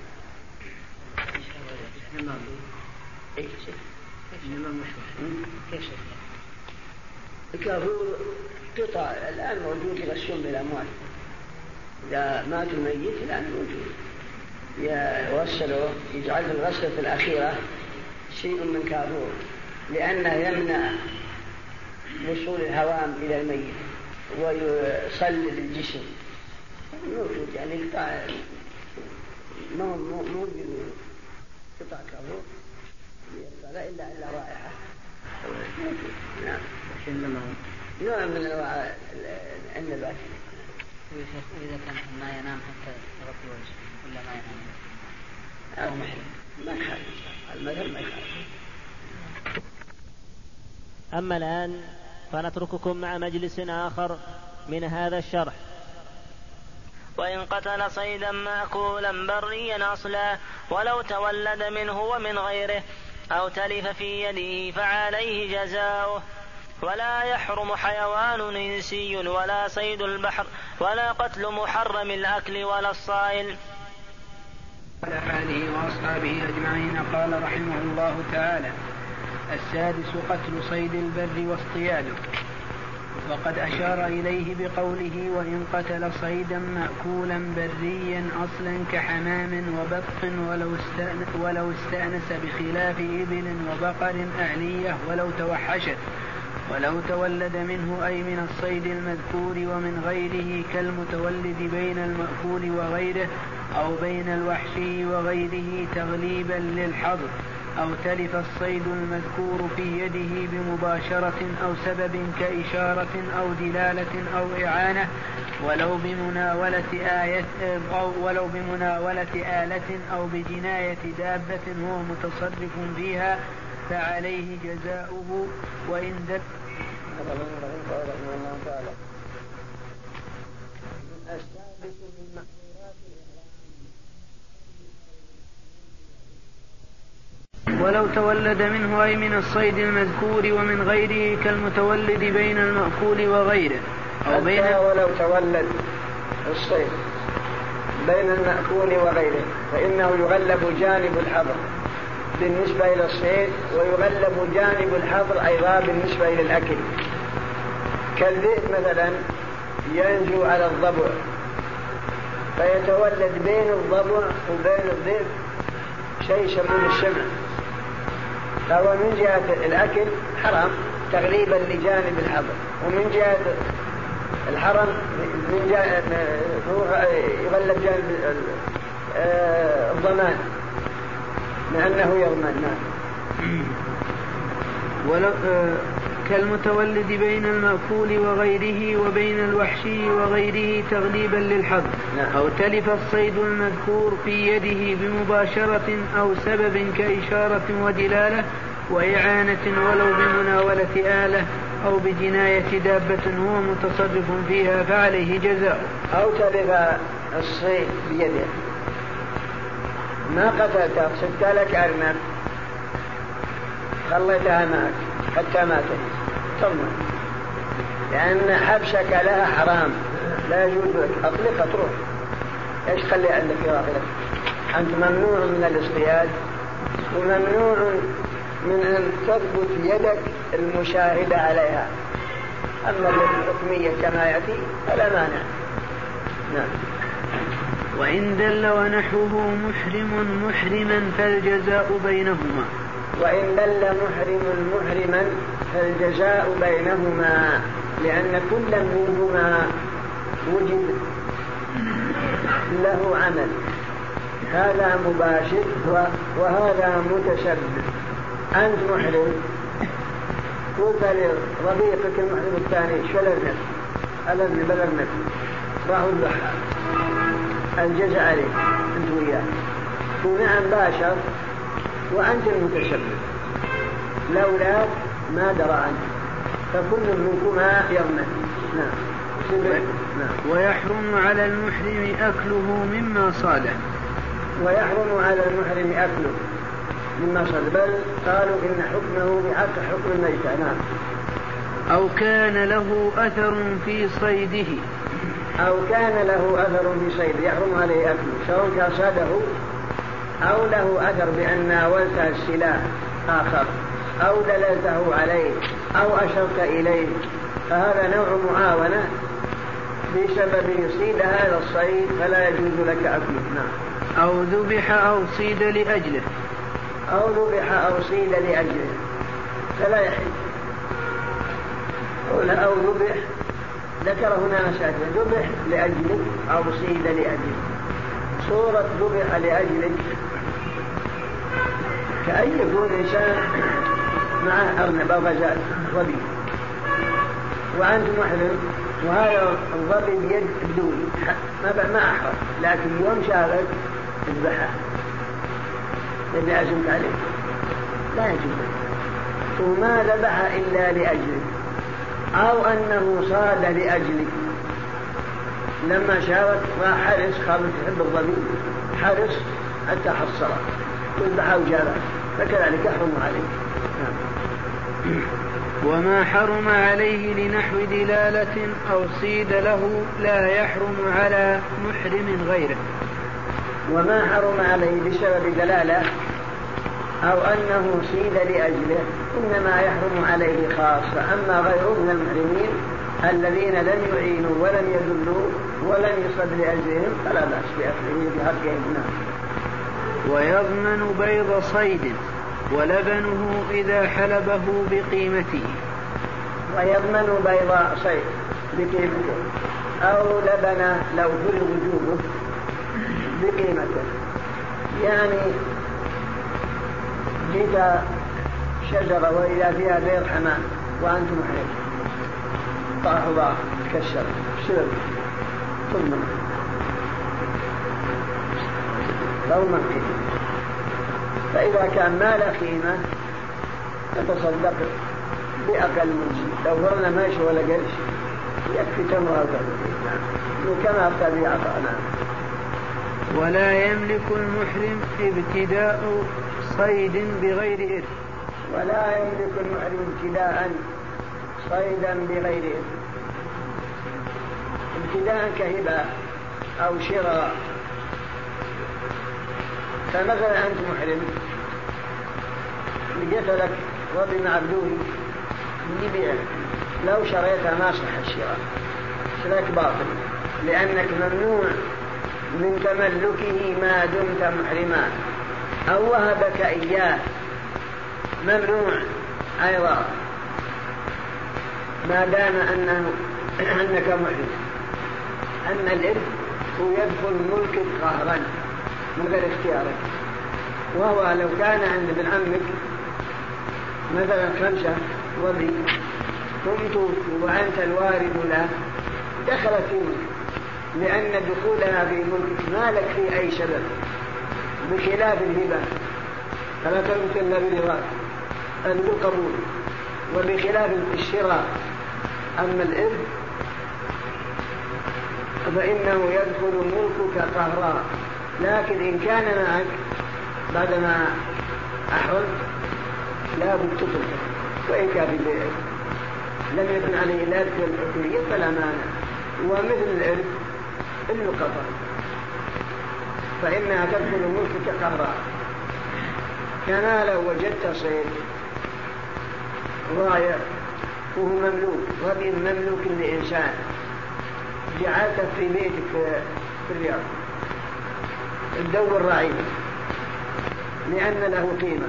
الكافور قطع الآن موجود يغسون بالأموال، إذا مات الميت الآن موجود يغسلوا، يجعل الغسلة الأخيرة شيء من كافور، لأنه يمنع وصول الهوام إلى الميت ويصلل الجسم، موجود يعني قطع موجود قطع كافور لا إلا إلا رائحة. نعم. نوع من انواع النبات. وإذا كان ما ينام حتى يغطي وجهه ولا ما ينام أو محرم ما يخالف، المذهب ما يخالف. أما الآن فنترككم مع مجلس آخر من هذا الشرح. وإن قتل صيدا مأكولا بريا أصلا ولو تولد منه ومن غيره أو تلف في يده فعليه جزاؤه. ولا يحرم حيوان إنسي ولا صيد البحر ولا قتل محرم الأكل ولا الصائل. على آله وأصحابه أجمعين. قال رحمه الله تعالى: السادس قتل صيد البر واصطياده. وقد أشار إليه بقوله: وإن قتل صيدا مأكولا بريا أصلا كحمام وبط ولو استأنس, ولو استأنس بخلاف إبل وبقر أعلية ولو توحشت ولو تولد منه أي من الصيد المذكور ومن غيره كالمتولد بين المأكول وغيره أو بين الوحشي وغيره تغليبا للحظر أو تلف الصيد المذكور في يده بمباشرة أو سبب كإشارة أو دلالة أو إعانة ولو بمناولة آية أو ولو بمناولة آلة أو بجناية دابة هو متصرف فيها فعليه جزاؤه. وإن دل ولو تولد منه أي من الصيد المذكور ومن غيره كالمتولد بين المأكول وغيره أو بين ولو تولد الصيد بين المأكول وغيره فإنه يغلب جانب الحظر بالنسبة إلى الصيد ويغلب جانب الحظر أيضا بالنسبة إلى الأكل. كالذئب مثلا ينجو على الضبع فيتولد بين الضبع وبين الذئب شيء يسمونه الشمع، فهو من جهة الأكل حرام تغليبا لجانب الحظر، ومن جهة الحرم من جهة يغلب جانب الضمان لأنه يضمن. ولو كالمتولد بين المأكول وغيره وبين الوحشي وغيره تغليبا للحظر أو تلف الصيد المذكور في يده بمباشرة أو سبب كإشارة ودلالة وإعانة ولو بمناولة آلة أو بجناية دابة هو متصرف فيها فعليه جزاء. أو تلف الصيد بيده ما قتلته سبت لك أرنب خليتها معك حتى ماتت تضمن لأن حبسك لها حرام لا يجوز لك أطلقها تروح إيش خلي عندك يا أخي؟ أنت ممنوع من الاصطياد وممنوع من أن تثبت يدك المشاهدة عليها. أما الحكمية كما يأتي فلا مانع. نعم. وإن دل ونحوه محرم محرما فالجزاء بينهما. وإن دل محرم محرما فالجزاء بينهما لأن كل منهما وجد له عمل، هذا مباشر وهذا متسبب. أنت محرم قلت لرفيقك المحرم الثاني شو الأرنب الأرنب الأرنب راهو البحر الجزاء عليه أنت وياه ونعم باشر وأنت المتسبب لولا ما درى عنه فكل منكما يضمن. نعم. ويحرم على المحرم أكله مما صاده. ويحرم على المحرم أكله مما صاده بل قالوا إن حكمه بحق حكم الميتة. نعم. أو كان له أثر في صيده. أو كان له أثر في صيده يحرم عليه أكله سواء كان صاده أو له أثر بأن ناولته السلاح آخر أو دللته عليه أو أشرت إليه فهذا نوع معاونة بسبب يصيد هذا الصيد فلا يجوز لك أكله. نعم. أو ذبح أو صيد لأجله. أو ذبح أو صيد لأجله فلا يحل. أو ذبح ذكر هنا مسألة ذبح لأجلك أو صيد لأجلك. صورة ذبح لأجلك كأن يكون إنسان معه أرنب أو غزال ظبي وأنت محرم وهذا الظبي بيد بدون ما أحرم لكن يوم شارك اذبحه الذي أزمت عليه لا يجوز وما ذبح إلا لأجلك أو أنه صاد لأجلك لما شافت راح حرس، خالد تحب الظبي، حرس حتى حصره وذبحه وجابه، فكذلك يحرم عليه. وما حرم عليه لنحو دلالة أو صيد له لا يحرم على محرم غيره. وما حرم عليه بسبب دلالة أو أنه صيد لأجله إنما يحرم عليه خاصة، أما غيره من المحرمين الذين لم يعينوا ولم يدلوا ولم يصد لأجلهم فلا بأس بأكله بحقهم. ويضمن بيض صيد ولبنه إذا حلبه بقيمته. ويضمن بيض صيد بقيمته أو لبن لو بلغ وجوبه بقيمته. يعني جيت شجرة وإذا فيها بيض حمام وأنت محرم، طاح ضاع تكسر شرب ثم لو ما قيمة، فإذا كان ما له قيمة تتصدق بأقل من شيء، لو فرنا ماشي ولا قرش يكفي تمر كما الطبيعة طعنا. ولا يملك المحرم ابتداء صيد بغير إثم. ولا يملك المحرم ابتداء صيدا بغير إثم. ابتداء كهبة أو شراء. فمثلا أنت محرم لقيت لك ربي معبدوي يبيع، لو شريتها ما صح الشراء، شراك باطل، لأنك ممنوع من تملكه ما دمت محرما، أو وهبك إياه ممنوع أيضا ما دام أنه أنك محرم. أما الإرث هو يدخل ملكك قهرا من غير اختيارك، وهو لو كان عند ابن عمك مثلا خمسة وبي ثم توفي وأنت الوارد له دخلت في ملك، لأن دخولها في ملكك ما لك في أي سبب، بخلاف الهبة فلا تملك إلا برضاك أن بالقبول، وبخلاف الشراء. أما الإرث فإنه يدخل ملكك قهرا، لكن إن كان معك بعدما أحرمت لا بد تطلق، وإن كان في بيعك لم يكن عليه لا تكون الحكمية فلا مانع. ومثل الإرث المقطع فإنها تدخل ملكك قهرا، كما لو وجدت صيد ضايع وهو مملوك، وهذه مملوك لإنسان، جعلته في بيتك في الرياض تدور رعيه لأن له قيمة.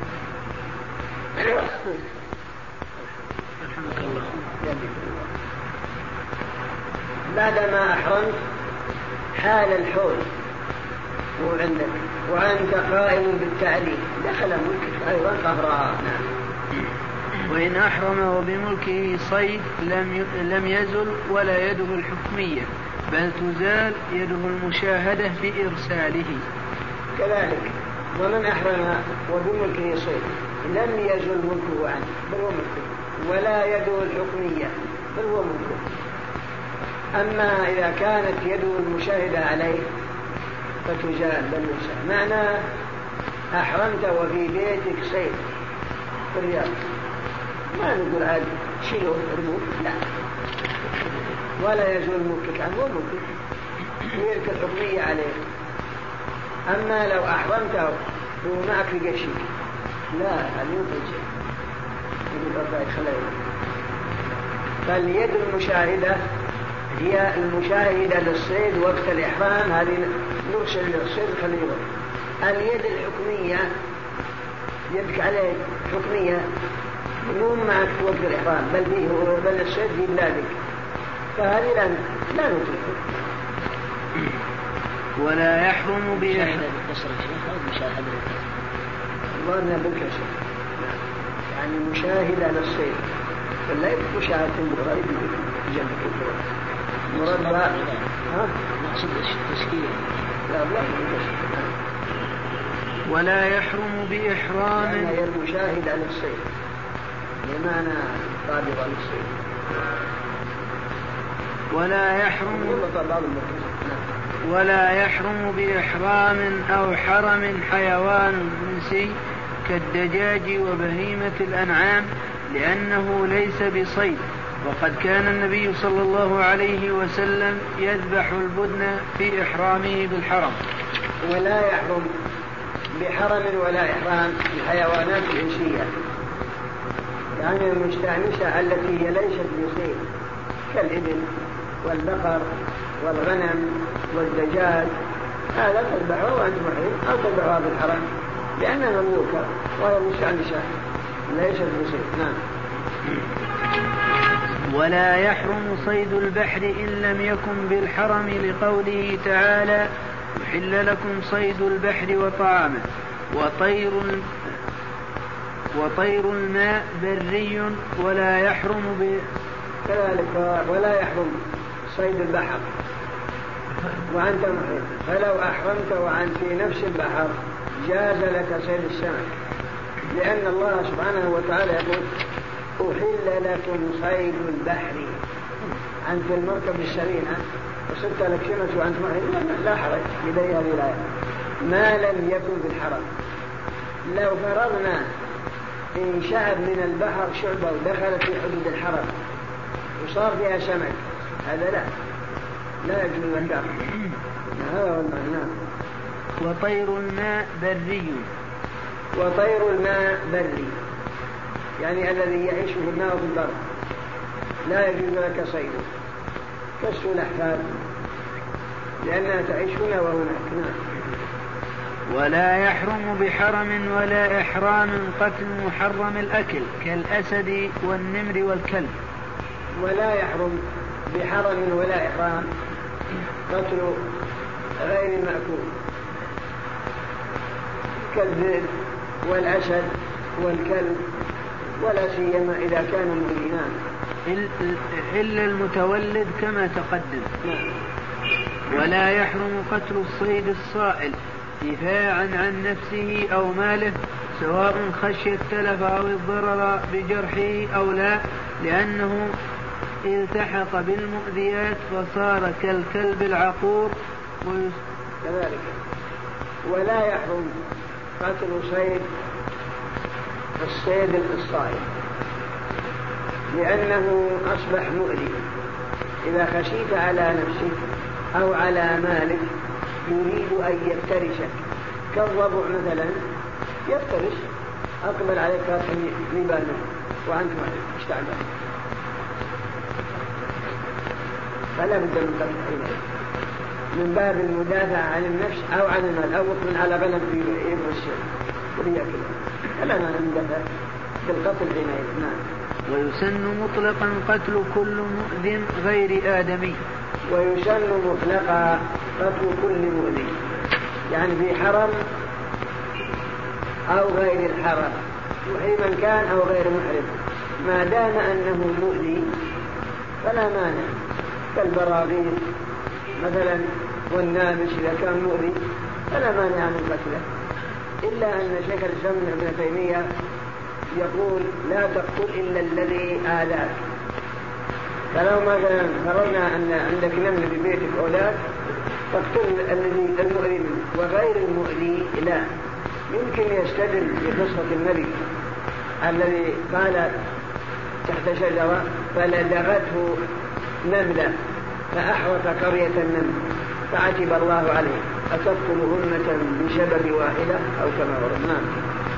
بعدما أحرمت حال الحول وعندك وأنت قائم بالتعليم دخل ملكك أيضا قهرا. وإن أحرم وبملكه صيد لم لم يزل ولا يده الحكمية، بل تزال يده المشاهدة بإرساله. كذلك ومن أحرم وبملكه صيد لم يزل ملكه عنه بل هو ملكه، ولا يده الحكمية بل هو ملكه. أما إذا كانت يده المشاهدة عليه فتزال بل يرسل. معنى أحرمت وفي بيتك صيد في الرياض ما نقول عاد شيلوه ارموه، لا، ولا يزول ملكك عنه وملكك ويلك الحكمية عليه. أما لو أحرمته ومعك في قشيك لا هل ينفذ شيء يقول أربعة خلال. فاليد المشاهدة هي المشاهدة للصيد وقت الإحرام، هذه نرسل للصيد خليله. اليد الحكمية يدك عليه حكمية مو معك في وقت الإحرام بل فيه بل الصيد في بلادك، فهذه لا لا نتركه. ولا يحرم بإحرام بالكسر مشاهدة ظننا بالكسر يعني مشاهدة للصيد، فلا يكون مشاهدة بالغيب جنبك مربع ها نقصد التشكيل لا لا. ولا يحرم بإحرام يعني المشاهدة للصيد بمعنى طابق للصيد. ولا يحرم ولا يحرم بإحرام أو حرم حيوان جنسي كالدجاج وبهيمة الأنعام لأنه ليس بصيد، وقد كان النبي صلى الله عليه وسلم يذبح البدن في إحرامه بالحرم. ولا يحرم بحرم ولا إحرام الحيوانات الإنسية، يعني المستأنسة التي هي ليست بصيد كالإبل والبقر والغنم والدجاج، هذا تذبحه وأنت محرم أو تذبحها بالحرم لأنها مملوكة وهي مستأنسة ليست بصيد. نعم. ولا يحرم صيد البحر إن لم يكن بالحرم لقوله تعالى أحل لكم صيد البحر وطعامه. وطير وطير الماء بري ولا يحرم ب... كذلك ولا يحرم صيد البحر وأنت محرم، فلو أحرمت وأنت في نفس البحر جاز لك صيد السمك، لأن الله سبحانه وتعالى يقول أحل لكم صيد البحر. أنت المركب السفينة وصدت لك سمك وأنت محرم لا حرج لدي هذه الآية ما لم يكن بالحرم. لو فرضنا إن شعب من البحر شعبة ودخلت في حدود الحرم وصار فيها سمك، هذا لا لا يجوز لك. هذا هو المعنى. وطير الماء بري. وطير الماء بري يعني الذي يعيش في الماء وفي البر لا يجوز لك صيده كالسلحفاة لأنها تعيش هنا وهناك. نعم. ولا يحرم بحرم ولا إحرام قتل محرم الأكل كالأسد والنمر والكلب. ولا يحرم بحرم ولا إحرام قتل غير المأكول كالذئب والأسد والكلب ولا سيما إذا كانوا مؤمنين إلا المتولد كما تقدم. ولا يحرم قتل الصيد الصائل دفاعا عن نفسه أو ماله سواء خشي التلف أو الضرر بجرحه أو لا، لأنه التحق بالمؤذيات فصار كالكلب العقور. كذلك ولا يحرم قتل صيد الصيد الصائد لأنه أصبح مؤذي. إذا خشيت على نفسك أو على مالك يريد أن يفترسك كالضبع مثلا يفترس أقبل عليك لبانه وأنت اشتعبان، فلا بد من قتل من باب المدافع عن النفس أو عن المال أو من على غنم في يد الشيء وليأكل، فلا معنى من دفع بالقتل حينئذ. نعم. ويسن مطلقا قتل كل مؤذن غير آدمي. ويسن مطلقا قتل كل مؤذن يعني في حرم أو غير الحرم محرما كان أو غير محرم ما دام أنه مؤذي فلا مانع كالبراغيث مثلا والنامش إذا كان مؤذي فلا مانع من قتله، إلا أن شيخ الإسلام ابن تيمية يقول لا تقتل إلا الذي آذاك. فلو مثلا فرضنا أن عندك نمل في بيتك أولاد تقتل الذي المؤذي منه وغير المؤذي لا. يمكن يستدل بقصة النبي الذي قال تحت شجرة فلدغته نملة فأحرق قرية النمل فعتب الله عليه أتقتل أمة بسبب واحدة أو كما ورد. نعم.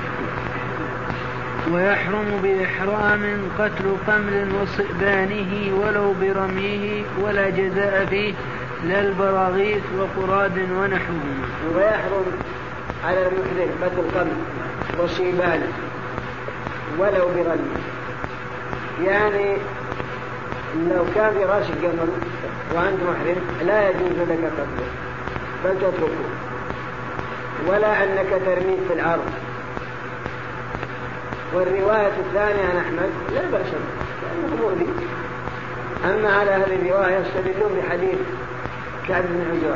ويحرم بإحرام قتل قمل وصئبانه ولو برميه ولا جزاء فيه لا البراغيث وقراد ونحوهما. ويحرم على المحرم قتل قمل وصئبانه ولو برميه، يعني لو كان في راس الجمل وأنت محرم لا يجوز لك قتله بل تتركه، ولا أنك ترميه في الأرض. والرواية الثانية عن أحمد لا بأس لأنه مؤذي. أما على هذه الرواية يستدلون بحديث كعب بن عجرة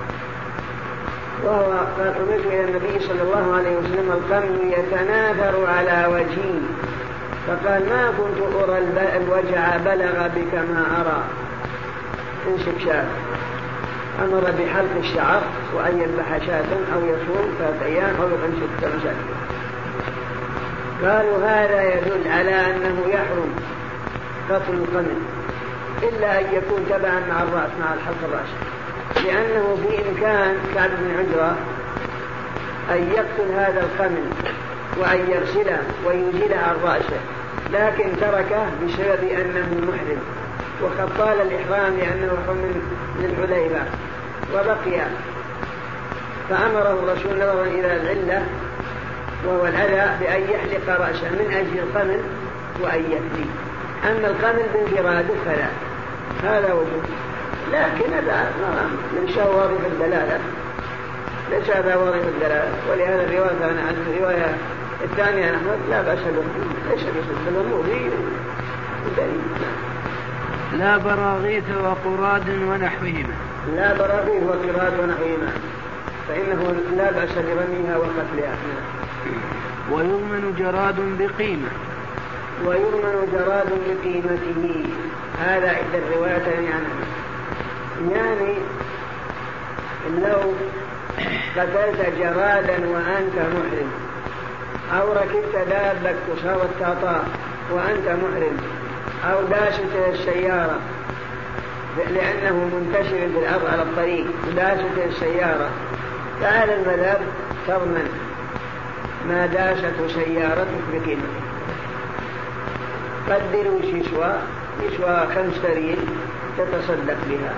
وهو قال أمرت إلى النبي صلى الله عليه وسلم القمل يتناثر على وجهي فقال ما كنت أرى الوجع بلغ بك ما أرى، ينسك شاة، أمر بحلق الشعر وأن يذبح شاة أو يصوم ثلاثة أيام أو يطعم ستة مساكين. قالوا هذا يدل على أنه يحرم قتل القمل إلا أن يكون تبعا مع الرأس مع الحلق الرأس، لأنه بإمكان كعب بن عجرة أن يقتل هذا القمل وأن يغسله ويزيله عن رأسه، لكن تركه بسبب أنه محرم، وقد طال الإحرام لأنه حرم من الحديبة وبقي، فأمره الرسول نظرا إلى العلة وهو الأذى بأن يحلق رأسه من أجل القمل وأن يفدي. أما القمل بانفراده فلا، هذا وجه، لكن هذا ليس واضح الدلالة، ليس هذا واضح الدلالة، ولهذا الرواية عن الرواية الثانية نحن لا بأس به، ليس بأس به دليل. لا براغيث وقراد ونحوهما. لا براغيث وقراد ونحوهما فإنه لا بأس برميها وقتلها. ويضمن جراد بقيمة. ويضمن جراد بقيمته، هذا إحدى الروايتين عنه. يعني لو قتلت جرادا وأنت محرم، أو ركبت دابة تصاب التعطاء وأنت محرم، أو داشت السيارة لأنه منتشر بالأرض على الطريق داشت السيارة، فعلى المذهب تضمن ما داشت سيارتك بقيمته. قدروا ششوى ششوى خمس أريل تتصدق بها،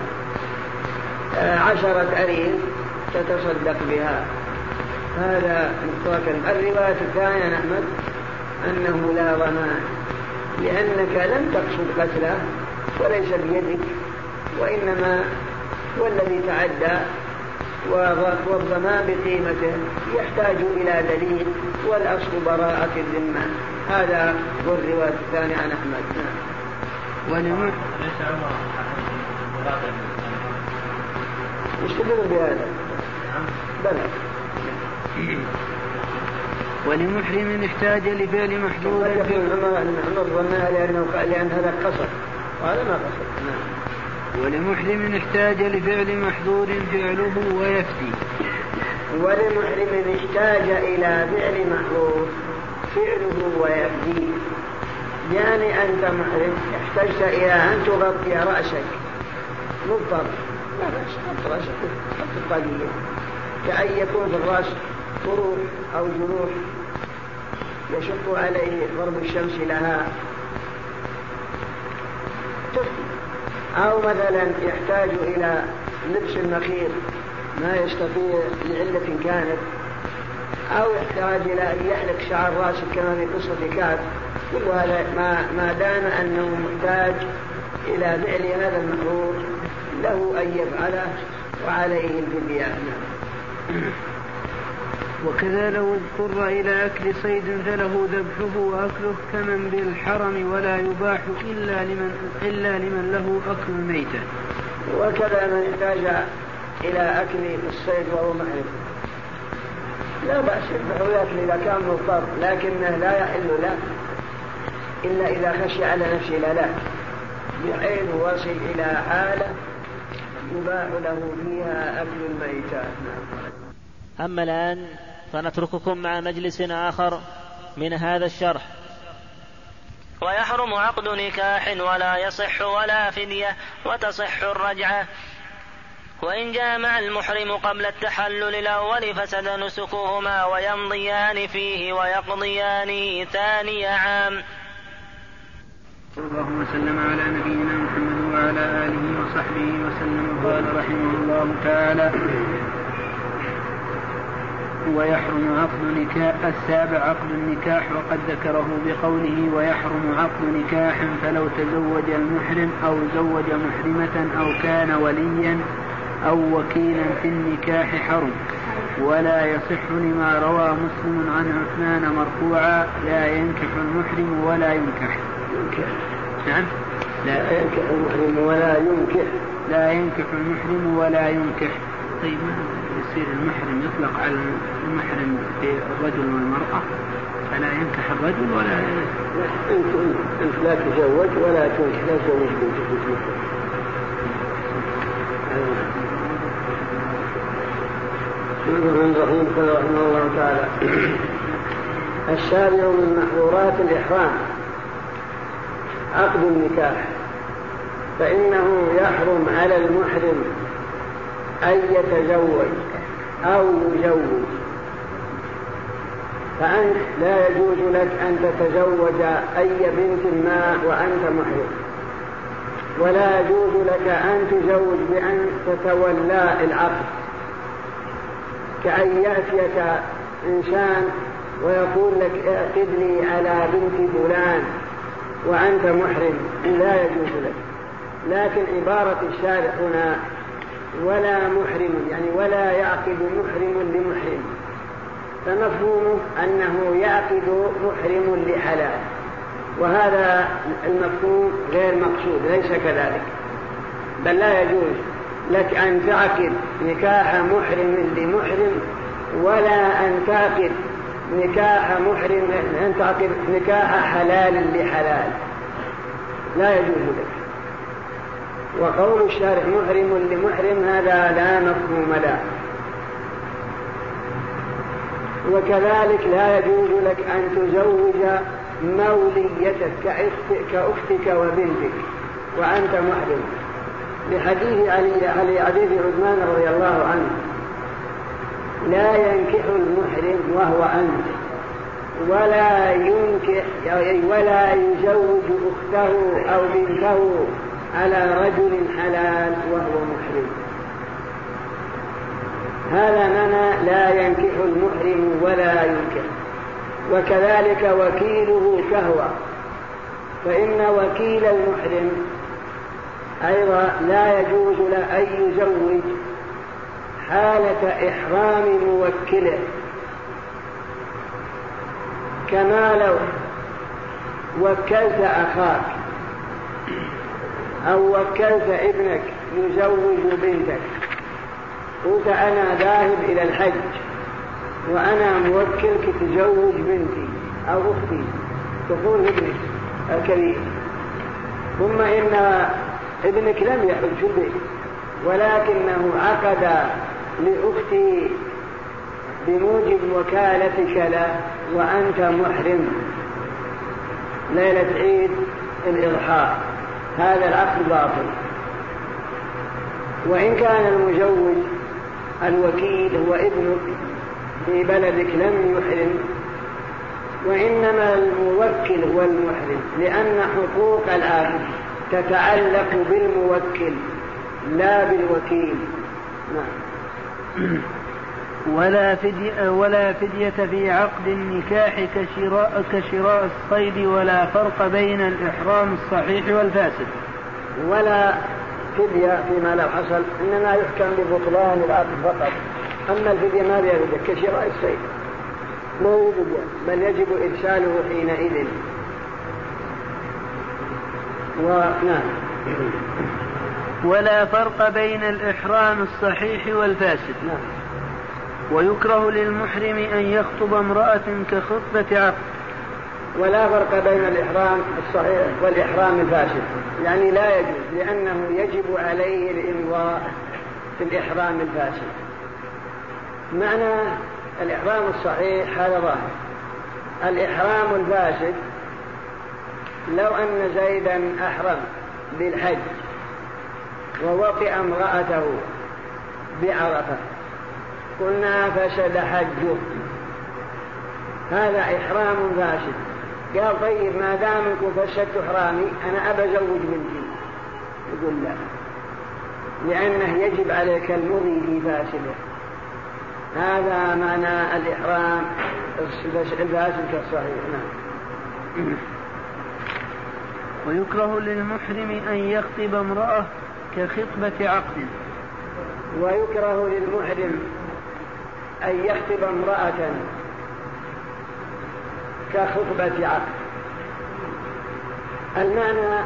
عشرة أريل تتصدق بها، هذا مطلقا. الرواية الثانية نحمد أنه لا ضمان، لأنك لم تقصد قتله وليس بيدك، وإنما هو الذي تعدى، والضمان بقيمته يحتاج إلى دليل، والأصل براءة الذمة. هذا هو الرواية الثانية عن أحمد. ولم يشتبه بهذا بلى. ولمحرم احتاج لفعل محدود عمر ظنها لأنه قال لأن هذا قصر وهذا ما قصر. ولمحرم احتاج لفعل محدود فعله ويفتي. ولمحرم احتاج إلى فعل محدود فعله ويفتي، يعني أنت محرم احتجت إلى أن تغطي رأسك مضطر، لا بأس غطي رأسك غطي قليلا، كأن يكون في الرأس فروع أو جروح يشق عليه ضرب الشمس لها تفتي، أو مثلا يحتاج إلى لبس المخيط ما يستطيع لعلة كانت، أو يحتاج إلى أن يحلق شعر رأسه كما في قصة كعب، كل هذا ما, ما دام أنه محتاج إلى فعل هذا المحظور له أن يفعله وعليه الفدية. وكذا لو اضطر إلى أكل صيد فله ذبحه وأكله كمن بالحرم، ولا يباح إلا لمن, إلا لمن له أكل الميتة. وكذا من احتاج إلى أكل الصيد وهو محرم لا بأس يذبحه يأكل إذا كان مضطر، لكنه لا يحل له إلا إذا خشي على نفسه الهلاك، بحيث وصل إلى حالة يباح له فيها أكل الميتة. أما الآن فنترككم مع مجلس آخر من هذا الشرح. ويحرم عقد نكاح ولا يصح ولا فدية، وتصح الرجعة. وإن جامع المحرم قبل التحلل الأول فسد نسكهما ويمضيان فيه ويقضيان ثاني عام. اللهم وسلم على نبينا محمد وعلى آله وصحبه وسلم. قال رحمه الله تعالى: ويحرم عقد نكاح. السابع عقد النكاح، وقد ذكره بقوله ويحرم عقد نكاح، فلو تزوج المحرم أو زوج محرمة أو كان وليا أو وكيلا في النكاح حرم. ولا يصح لما روى مسلم عن عثمان مرفوعا: لا ينكح المحرم ولا ينكح. نعم، لا ينكح المحرم ولا ينكح. لا ينكح المحرم ولا ينكح. طيب يصير المحرم يطلق على المحرم في الرجل والمرأة، فلا ينكح الرجل ولا انت لا تزوج ولا تنكح، لا تزوج بنتك. الرحمن الرحيم. قال رحمه الله تعالى: الشارع من محظورات الإحرام عقد النكاح، فإنه يحرم على المحرم أن يتزوج أو يجوز، فأنت لا يجوز لك أن تتزوج أي بنت ما وأنت محرم، ولا يجوز لك أن تزوج بأن تتولى العقد، كأن يأتيك إنسان ويقول لك اعقد لي على بنت فلان وأنت محرم، لا يجوز لك. لكن عبارة الشارع هنا ولا محرم، يعني ولا يعقد محرم لمحرم، فمفهومه أنه يعقد محرم لحلال، وهذا المفهوم غير مقصود، ليس كذلك، بل لا يجوز لك أن تعقد نكاح محرم لمحرم، ولا أن تعقد نكاح محرم أن تعقد نكاح حلال لحلال، لا يجوز لك. وقول الشارع محرم لمحرم هذا لا مفهوم له. وكذلك لا يجوز لك أن تزوج موليتك كأختك وبنتك وأنت محرم، لحديث علي علي حديث عثمان رضي الله عنه: لا ينكح المحرم وهو أنت، ولا ينكح ولا يزوج أخته أو بنته على رجل حلال وهو محرم. هذا معنى لا ينكح المحرم ولا ينكح. وكذلك وكيله كهوى، فإن وكيل المحرم أيضا لا يجوز له أن يزوج حالة إحرام موكله، كما لو وكلت أخاك أو وكلت ابنك يزوج بنتك، قلت أنا ذاهب إلى الحج وأنا موكلك تزوج بنتي أو أختي، تقول ابنك الكبير، ثم إن ابنك لم يحج به ولكنه عقد لأختي بموجب وكالتك له وأنت محرم ليلة عيد الإضحى، هذا العقد باطل. وإن كان المزوج الوكيل هو ابنك في بلدك لم يحرم، وإنما الموكل هو المحرم، لأن حقوق العقد تتعلق بالموكل لا بالوكيل. نعم. ولا فدية, ولا فدية في عقد النكاح كشراء, كشراء الصيد، ولا فرق بين الإحرام الصحيح والفاسد. ولا فدية فيما لو حصل، إنما يحكم ببطلان العقد فقط، أما الفدية ما بها فدية كشراء الصيد لا يوجد، بل يجب إرساله حينئذ. ونعم. ولا فرق بين الإحرام الصحيح والفاسد. نعم. ويكره للمحرم أن يخطب امرأة كخطبة عقد. ولا فرق بين الإحرام الصحيح والإحرام الفاسد، يعني لا يجوز، لأنه يجب عليه الإمضاء في الإحرام الفاسد. معنى الإحرام الصحيح هذا ظاهر. الإحرام الفاسد لو أن زيدا أحرم بالحج ووطئ امرأته بعرفة، قلنا فسد حجه، هذا إحرام فاسد. قال طيب ما دامكم فسدت إحرامي أنا أبى أزوج بنتي، يقول لا، لأنه يجب عليك المضي في فاسده. هذا معنى الإحرام الفاسد كالصحيح. نعم. ويكره للمحرم أن يخطب امرأة كخطبة عقد. ويكره للمحرم أن يخطب امرأة كخطبة عقد. المعنى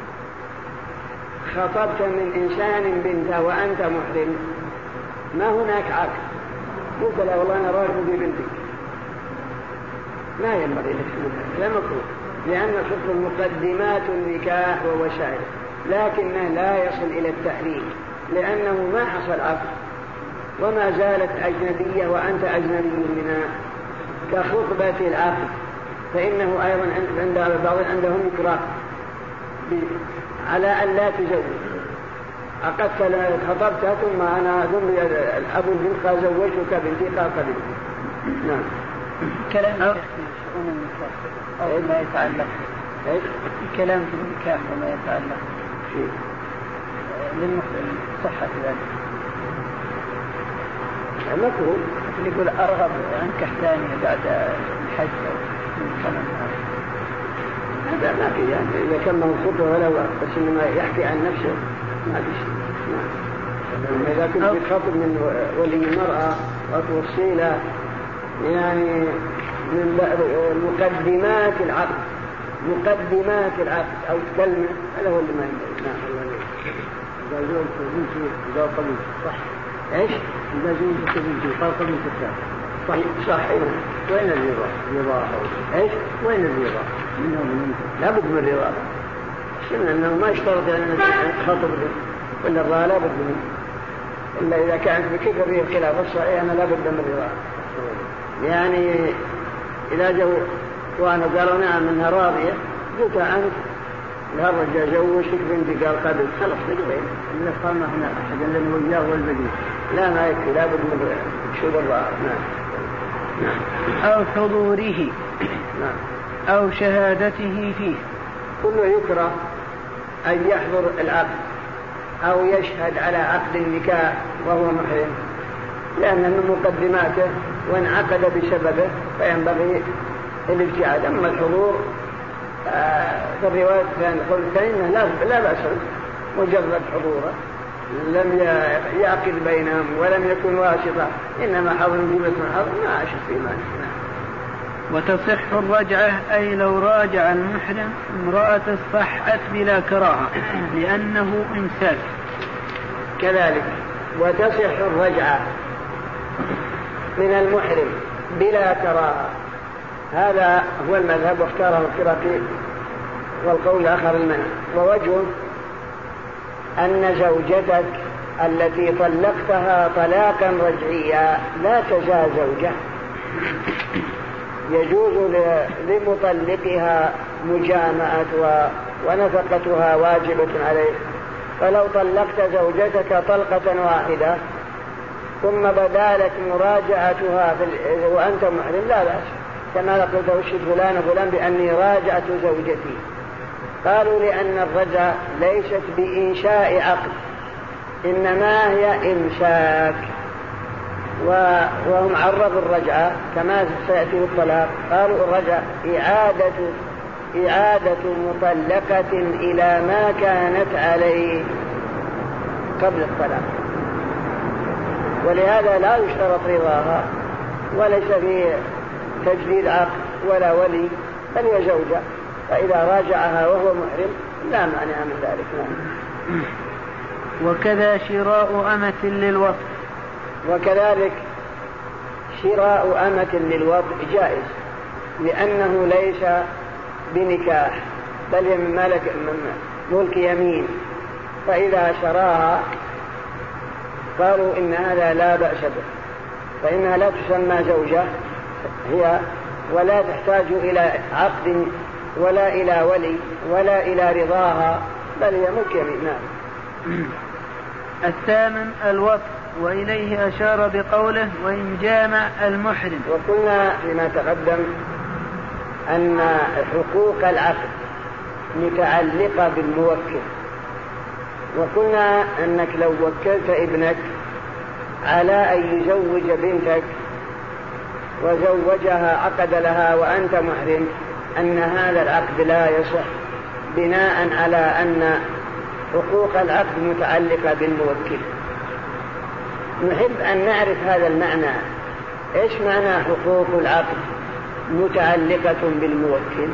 خطبت من إنسان بنته وأنت محرم، ما هناك عقد، قلت له والله أنا راغب ببنتك، ما ينبغي لك، لا مكروه، لأن الخطبة مقدمات النكاح ووسائل، لكنه لا يصل إلى التحريم لأنه ما حصل عقد وما زالت أجنبية وأنت أجنبي منها، كخطبة العقد فإنه أيضا عند بعض عندهم يكره على أن لا تزوج. عقدت خطبتها ثم أنا ثم أبو البنت زوجتك بنتي قابل. نعم. كلام أو ما يتعلق كلام في النكاح وما يتعلق للمحرم صحة ذلك مكروه. اللي يقول أرغب أنكح ثانية بعد الحج هذا ما في يعني إذا كان موصوفه ولا بس إنما يحكي عن نفسه ما في شيء. إذا كنت بتخاطب من ولي المرأة وتوصيله يعني من مقدمات العقد مقدمات العقد أو تكلمه هذا هو اللي ما ينبغي. نعم. إذا زوجت بنتي إذا قبلت صح إيش؟ إذا زوجت بنتي قال قبلت الثاني صح صح. وين الرضا؟ رضا إيش؟ وين الرضا؟ منه ومن لا بد من الرضا. شنو أنه ما يشترط أن تخاطب ولا الرضا لا بد منه إلا إذا كانت بكثر هي الخلاف الصحيح أنا لا بد من الرضا. يعني إذا جو وأنا قالوا نعم منها راضية قلت أنت الرجال زوجتك بنتي قال قبل خلص نقبل. إلا قام هنا أحد لأنه وياه والبديل لا ما يكفي لا بد من شو الرضا. نعم. نعم. أو حضوره نعم. أو شهادته فيه. كله يكره أن يحضر العقد أو يشهد على عقد النكاح وهو محرم لأن من مقدماته وانعقد بسببه فينبغي الابتعاد. أما الحضور آه في الرواية فإنه لا, لا بأس مجرد حضوره لم يعقد بينهم ولم يكن واسطة إنما حضر جملة من حضر ما أشك في مانع. وتصح الرجعة أي لو راجع المحرم امرأة صحت بلا كراهة لأنه إمساك. كذلك وتصح الرجعة من المحرم بلا كراهة هذا هو المذهب واختاره القراطي والقول الآخر المنع. ووجهه أن زوجتك التي طلقتها طلاقا رجعيا لا تزال زوجة يجوز لمطلقها مجامعة ونفقتها واجبة عليه. فلو طلقت زوجتك طلقة واحدة ثم بدا لك مراجعتها وأنت محرم لا بأس كما قلت أشهد فلان فلان بأني راجعت زوجتي. قالوا لأن الرجعة ليست بإنشاء عقد إنما هي إمساك وهم عرفوا الرجعة كما سيأتي بالطلاق قالوا الرجعة إعادة إعادة مطلقة إلى ما كانت عليه قبل الطلاق. ولهذا لا يشترط رضاها وليس في تجديد عقد ولا ولي بل هي زوجة فإذا راجعها وهو محرم لا مانع من ذلك. وكذا شراء أمة للوطء. وكذلك شراء أمة للوطء جائز لأنه ليس بنكاح بل من ملك من ملك يمين فإذا شراها قالوا إن هذا لا بأس به فإنها لا تسمى زوجة هي ولا تحتاج إلى عقد ولا إلى ولي ولا إلى رضاها بل هي ملك يمين. نعم. الثامن الوطء وإليه أشار بقوله وإن جامع المحرم. وقلنا فيما تقدم أن حقوق العقد متعلقة بالموكل. وقلنا أنك لو وكلت ابنك على أن يزوج بنتك وزوجها عقد لها وأنت محرم أن هذا العقد لا يصح بناء على أن حقوق العقد متعلقة بالموكل. نحب أن نعرف هذا المعنى. إيش معنى حقوق العقد متعلقة بالموكل؟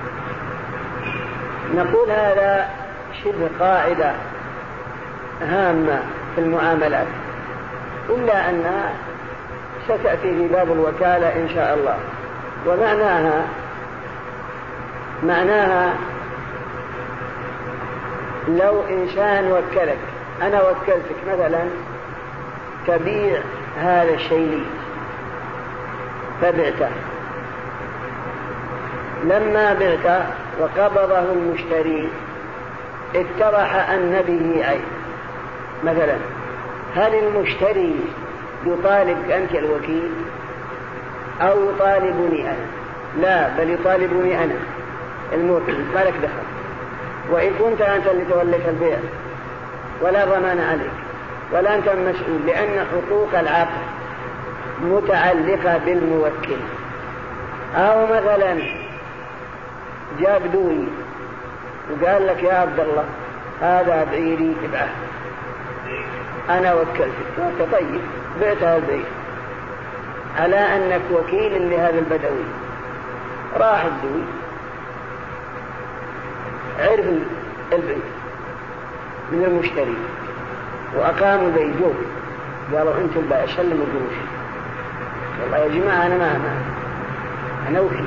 نقول هذا شبه قاعدة هامة في المعاملات إلا أنها ستأتي في باب الوكالة إن شاء الله. ومعناها معناها لو إنسان وكلك، أنا وكلتك مثلا تبيع هذا الشيء لي فبعته، لما بعته وقبضه المشتري اتضح أن به عيب مثلا، هل المشتري يطالب أنت الوكيل أو يطالبني أنا؟ لا، بل يطالبني أنا الموكل، ما لك دخل. وإن كنت أنت اللي توليت البيع ولا ضمان عليك ولا أنت مسؤول، لأن حقوق العقد متعلقة بالموكل. أو مثلا جاب دوي وقال لك يا عبد الله هذا بعيري ابعه، أنا وكلتك، قلت طيب بعت هذا البعير على أنك وكيل لهذا البدوي. راح الدوي عرف البعير من المشتري وأقاموا بيجوه، قالوا أنت البائع سلم القروش. والله يا جماعة أنا ما أنا أنا وكيل،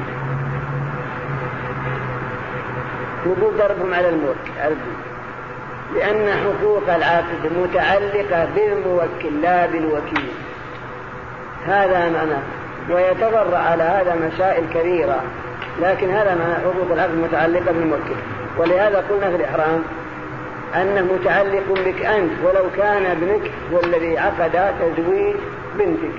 نقول ضربهم على الموكل عرفوا، لأن حقوق العاقد متعلقة بالموكل لا بالوكيل. هذا معنى، ويتفرع على هذا مسائل كثيرة، لكن هذا معنى حقوق العقد متعلقة بالموكل. ولهذا قلنا في الإحرام أنه متعلق بك أنت، ولو كان ابنك والذي عقد تزويج بنتك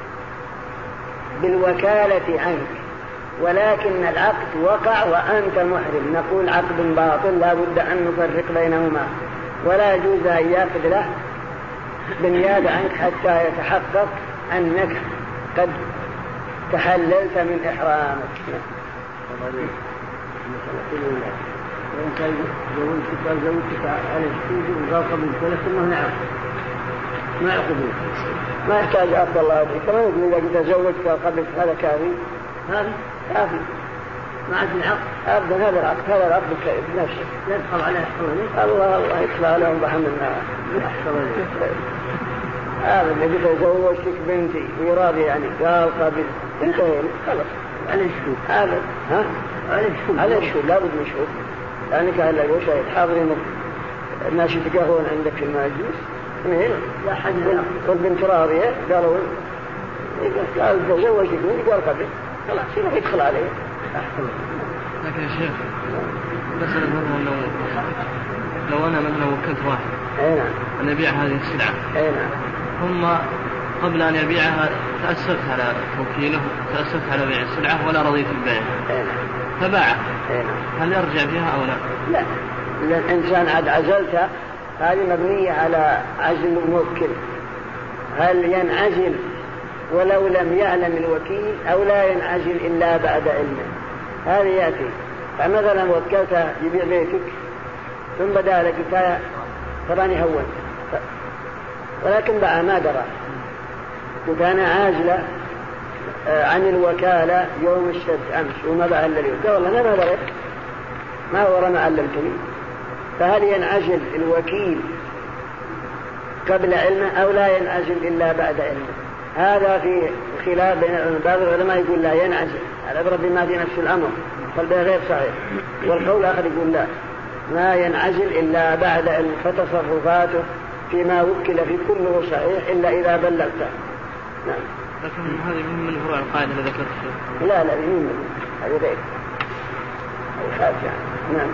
بالوكالة عنك، ولكن العقد وقع وأنت محرم، نقول عقد باطل لا بد أن نفرق بينهما، ولا يجوز أن يأخذ له بالنيابة عنك حتى يتحقق أنك قد تحللت من إحرامك. وانت زوجتك قال زوجتك على الشيء وقال قبل ثلاث ثم نعم ما يعقبون، ما يحتاج عبد الله أدري كما يقول إذا قلت زوجتك قبل هذا كافي، هذا كافي ما عاد العقد أبدا. هذا العقد هذا العقد بنفسه يدخل عليه حوله الله الله يطلع لهم بحمد النار. هذا اللي قلت زوجتك بنتي ويراضي يعني قال قبل انتهينا خلاص. عليه شهود هذا ها عليه شهود عليه شهود لا بد من شهود، لأنك هلا لو شاهد حاضرين الناس يتقهون عندك في المجلس مين لا حد كل بنت راضية قالوا قال تزوجك بنتي قال قبل خلاص يروح يدخل عليه. لكن يا شيخ مثلا لو لو أنا مثلا وكلت واحد أي نعم أن يبيع هذه السلعة أي نعم ثم قبل أن يبيعها تأسفت على توكيله، تأسفت على بيع السلعة ولا رضيت البيع فباعها، هل يرجع فيها أو لا؟ لا، الإنسان عاد عزلتها هذه مبنية على عزل الموكل، هل ينعزل ولو لم يعلم الوكيل أو لا ينعزل إلا بعد علمه؟ هذا يأتي. فمثلا وكلتها يبيع بيتك ثم بدأ لك تراني هون ولكن بقى ما درى، وكان عاجلة عن الوكالة يوم السبت أمس وما بقى إلا اليوم، قال والله أنا ما دريت ما هو ما علمتني. فهل ينعزل الوكيل قبل علمه أو لا ينعزل إلا بعد علمه؟ هذا في خلاف بين العلماء، بعض العلماء يقول لا ينعزل على إبرة بما في نفس الأمر فالبيع غير صحيح، والقول الآخر يقول لا ما ينعزل إلا بعد علم، فتصرفاته فيما وكل في كله صحيح إلا إذا بلغته. نعم. لكن هذه من فروع القاعدة اللي ذكرتها. لا لا من هذه غير هذه يعني. نعم.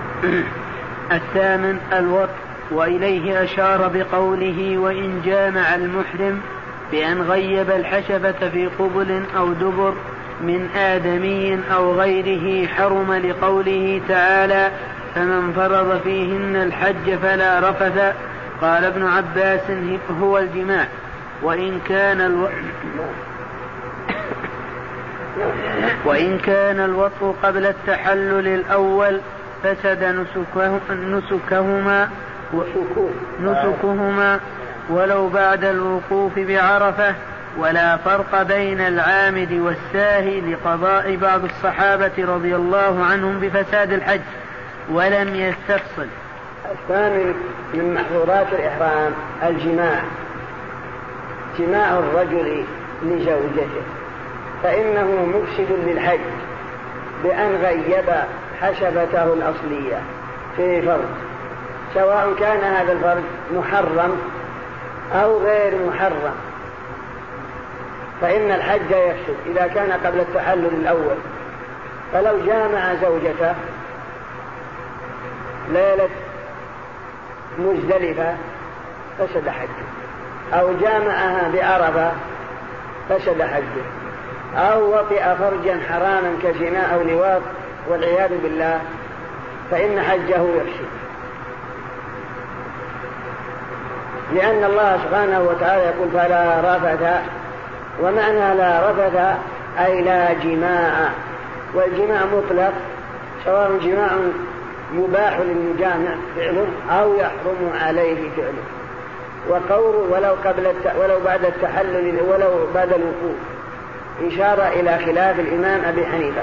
الثامن الوط، وإليه أشار بقوله وإن جامع المحرم بأن غيب الحشفة في قبل أو دبر من آدمي أو غيره حرم، لقوله تعالى فمن فرض فيهن الحج فلا رفث. قال ابن عباس هو الجماع، وإن كان الو... وإن كان الوطء قبل التحلل الأول فسد نسكه... نسكهما و... نسكهما ولو بعد الوقوف بعرفة، ولا فرق بين العامد والساهي لقضاء بعض الصحابة رضي الله عنهم بفساد الحج ولم يستفصل. الثامن من محظورات الإحرام الجماع، جماع الرجل لزوجته، فإنه مفسد للحج بأن غيب حشبته الأصلية في فرض سواء كان هذا الفرج محرم أو غير محرم، فإن الحج يفسد إذا كان قبل التحلل الأول. فلو جامع زوجته ليلة مزدلفة فسد حجه، أو جامعها بعرفة فسد حجه، أو وطئ فرجا حراما كزنا أو لواط والعياذ بالله، فإن حجه يفسد، لأن الله سبحانه وتعالى يقول فلا رفث، ومعنى لا رفث أي لا جماع، والجماع مطلق سواء جماع يباح للمجامع فعله أو يحرم عليه فعله. وقول ولو قبل الت... ولو بعد التحلل ولو بعد الوقوف إشارة إلى خلاف الإمام أبي حنيفة.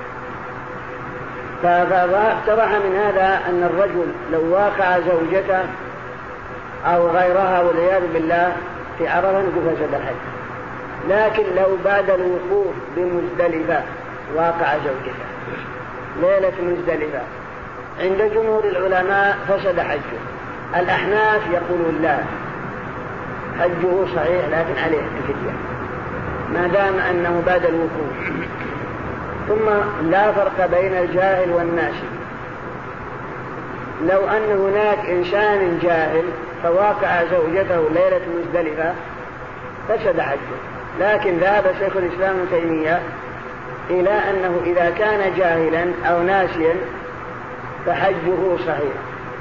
فاتضح من هذا أن الرجل لو واقع زوجته أو غيرها والعياذ بالله في عرفة فسد الحج، لكن لو بعد الوقوف بمزدلفة واقع زوجته ليلة مزدلفة عند جمهور العلماء فسد حجه. الأحناف يقولون لا، حجه صحيح لكن عليه الفدية ما دام أنه بعد الوقوف. ثم لا فرق بين الجاهل والناسي، لو أن هناك إنسان جاهل فواقع زوجته ليلة مزدلفة فسد حجه، لكن ذهب شيخ الإسلام ابن تيمية إلى أنه إذا كان جاهلا أو ناسيا فحجه صحيح،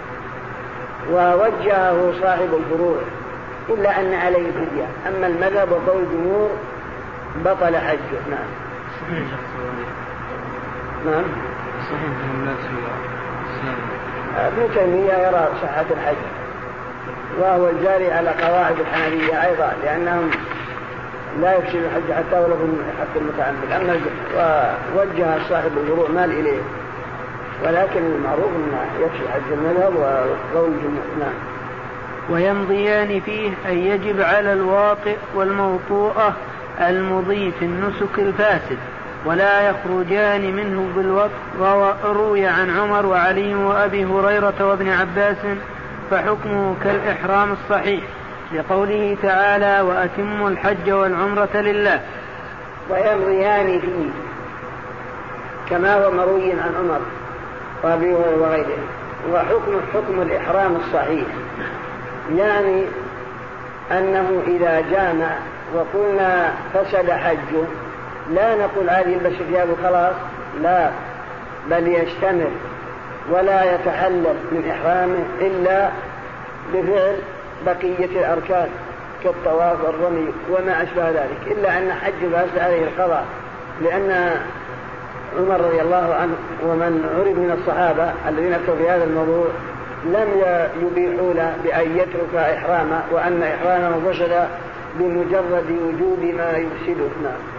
ووجهه صاحب الفروع إلا أن عليه فدية. أما المذهب وقول الجمهور بطل حجه. نعم نعم صحيح الناس ابن تيمية يرى صحة الحج، وهو الجاري على قواعد الحنفية أيضا، لأنهم لا يفسد الحج حتى ولو حق المتعمد. أما ووجه صاحب الفروع مال إليه، ولكن المعروف أنه يفسد حج المذهب وقول الجمهور. نعم. ويمضيان فيه أن يجب على الواطئ والموطوءة المضي في النسك الفاسد، ولا يخرجان منه بالوطء. روي عن عمر وعلي وأبي هريرة وابن عباس فحكمه كالإحرام الصحيح، لقوله تعالى وأتموا الحج والعمرة لله. ويمضيان فيه كما هو مروي عن عمر وأبي هريرة وغيره، وحكم حكم الإحرام الصحيح، يعني أنه إذا جامع وقلنا فسد حجه لا نقول عادي يلبس ثيابه خلاص، لا، بل يشتمل ولا يتحلل من إحرامه إلا بفعل بقية الأركان كالطواف والرمي وما أشبه ذلك، إلا أن حج فاسد عليه القضاء، لأن عمر رضي الله عنه ومن عرف من الصحابة الذين افتوا في هذا الموضوع لم يبيحوا له بأن يترك إحرامه، وأن إحرامه فسد بمجرد وجود ما يفسده.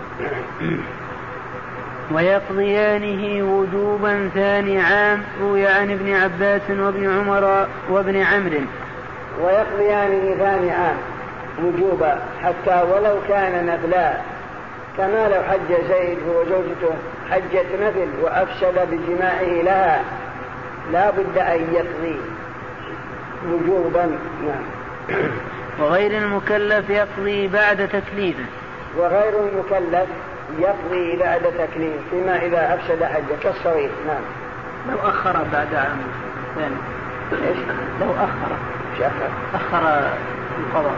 ويقضيانه وجوبا ثاني عام، روي عن ابن عباس وابن عمر وابن عمرو. ويقضيانه ثاني عام وجوبا حتى ولو كان نفلا، كما لو حج زيد هو زوجته حجة نفل وأفسد بجماعه لها لا بد أن يقضي وجوبا. نعم. وغير المكلف يقضي بعد تكليفه. وغير المكلف يقضي بعد تكليف فيما إذا أفسد حجه كالصغير. نعم. لو أخر بعد عام ثاني. إيش؟ لو أخر. إيش أخر؟ أخر القضاء.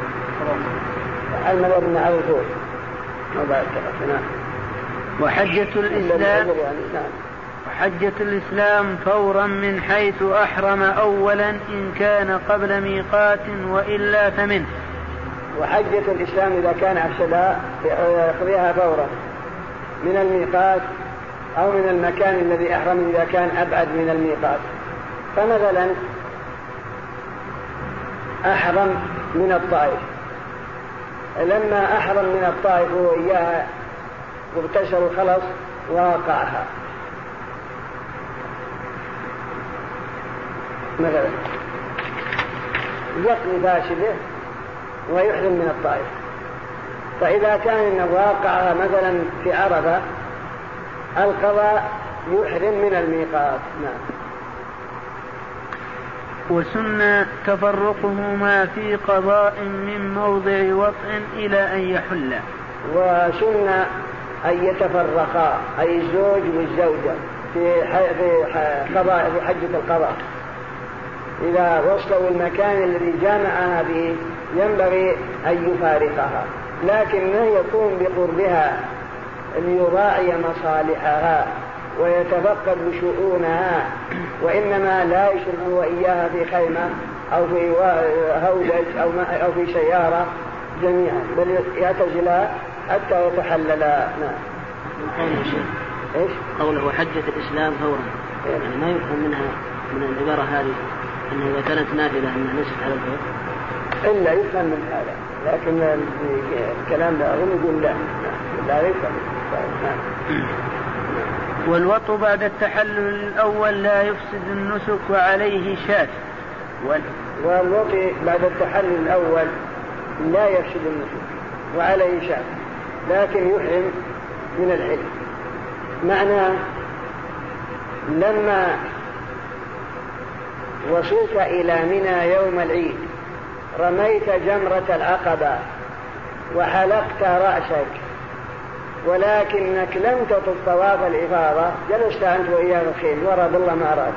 المذهب أنه على طول. وبعد كذا. نعم. وحجة الإسلام. يعني. نعم. وحجة الإسلام فورا من حيث أحرم أولا إن كان قبل ميقات وإلا فمنه. وحجة الإسلام إذا كان أفسدها يقضيها فورا من الميقات أو من المكان الذي أحرم إذا كان أبعد من الميقات. فمثلا أحرم من الطائف، لما أحرم من الطائف وإياها واغتسل خلص واقعها مثلا يقضي فاسده ويحرم من الطائف. فإذا كان واقعها مثلا في عرفة القضاء يحرم من الميقات. نعم. وسن تفرقهما في قضاء من موضع وطء إلى أن يحل. وسن أن يتفرقا أي الزوج والزوجة في قضاء في حجة القضاء، إذا وصلوا المكان الذي جامعها به ينبغي أن يفارقها، لكن ما يكون بقربها ليراعي مصالحها ويتفقد بشؤونها، وإنما لا يشرع وإياها في خيمة أو في هودج أو, أو في سيارة جميعا، بل يعتزلها حتى يتحللا. نعم. قوله شيخ إيش؟ قوله حجة الإسلام فورا، يعني ما يفهم منها من العبارة هذه أنه إذا كانت نافلة أنها ليست على الفور، إلا يفهم من هذا، لكن الكلام ده أظن يقول لا لا يفهم. والوطء بعد التحلل الأول لا يفسد النسك وعليه شاة. والوطء بعد التحلل الأول لا يفسد النسك وعليه شاة، لكن يحرم من الحل. معناه لما وصلت إلى منى يوم العيد رميت جمرة العقبة وحلقت رأسك، ولكنك لم تطف طواف الإفاضة، جلست أنت وإياه الخيل ورد الله ما أراد،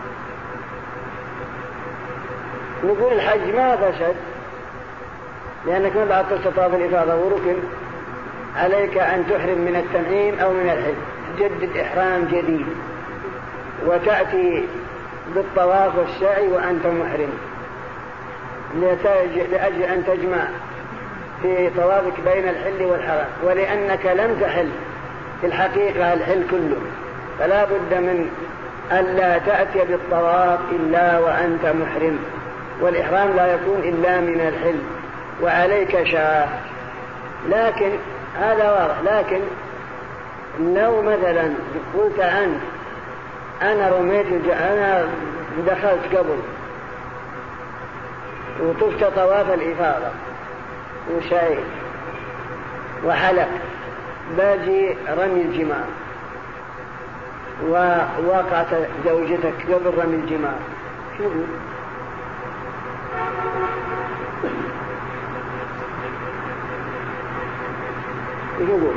نقول الحج ما فسد لأنك ما بعد طواف الإفاضة وركن، عليك أن تحرم من التنعيم أو من الحج، تجدد إحرام جديد وتأتي بالطواف والسعي وأنت محرم، لأجل أن تجمع في طوافك بين الحل والحرام، ولأنك لم تحل في الحقيقة الحل كله، فلا بد من ألا تأتي بالطواف إلا وأنت محرم، والإحرام لا يكون إلا من الحل، وعليك شاة. لكن هذا واضح. لكن لو مثلا قلت أنت أنا رميت أنا دخلت قبل وطفت طواف الإفاضة وشايف وحلق، باجي رمي الجمار ووقعت زوجتك قبل رمي الجمار، شو يقول؟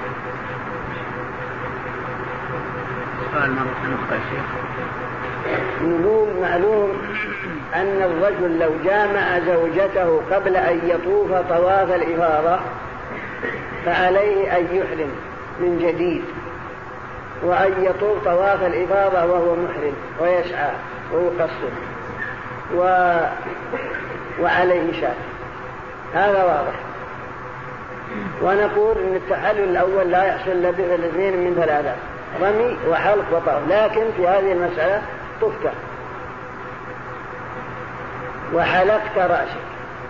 سؤال مرة أخرى شيخ. نقول معلوم أن الرجل لو جامع زوجته قبل أن يطوف طواف الإفاضة فعليه أن يحرم من جديد، وأن يطوف طواف الإفاضة وهو محرم ويسعى ويقصر و... وعليه شاة. هذا واضح. ونقول أن التحلل الأول لا يحصل إلا بالاثنين من ثلاثة، رمي وحلق وطواف، لكن في هذه المسألة طفت وحلقت رأسك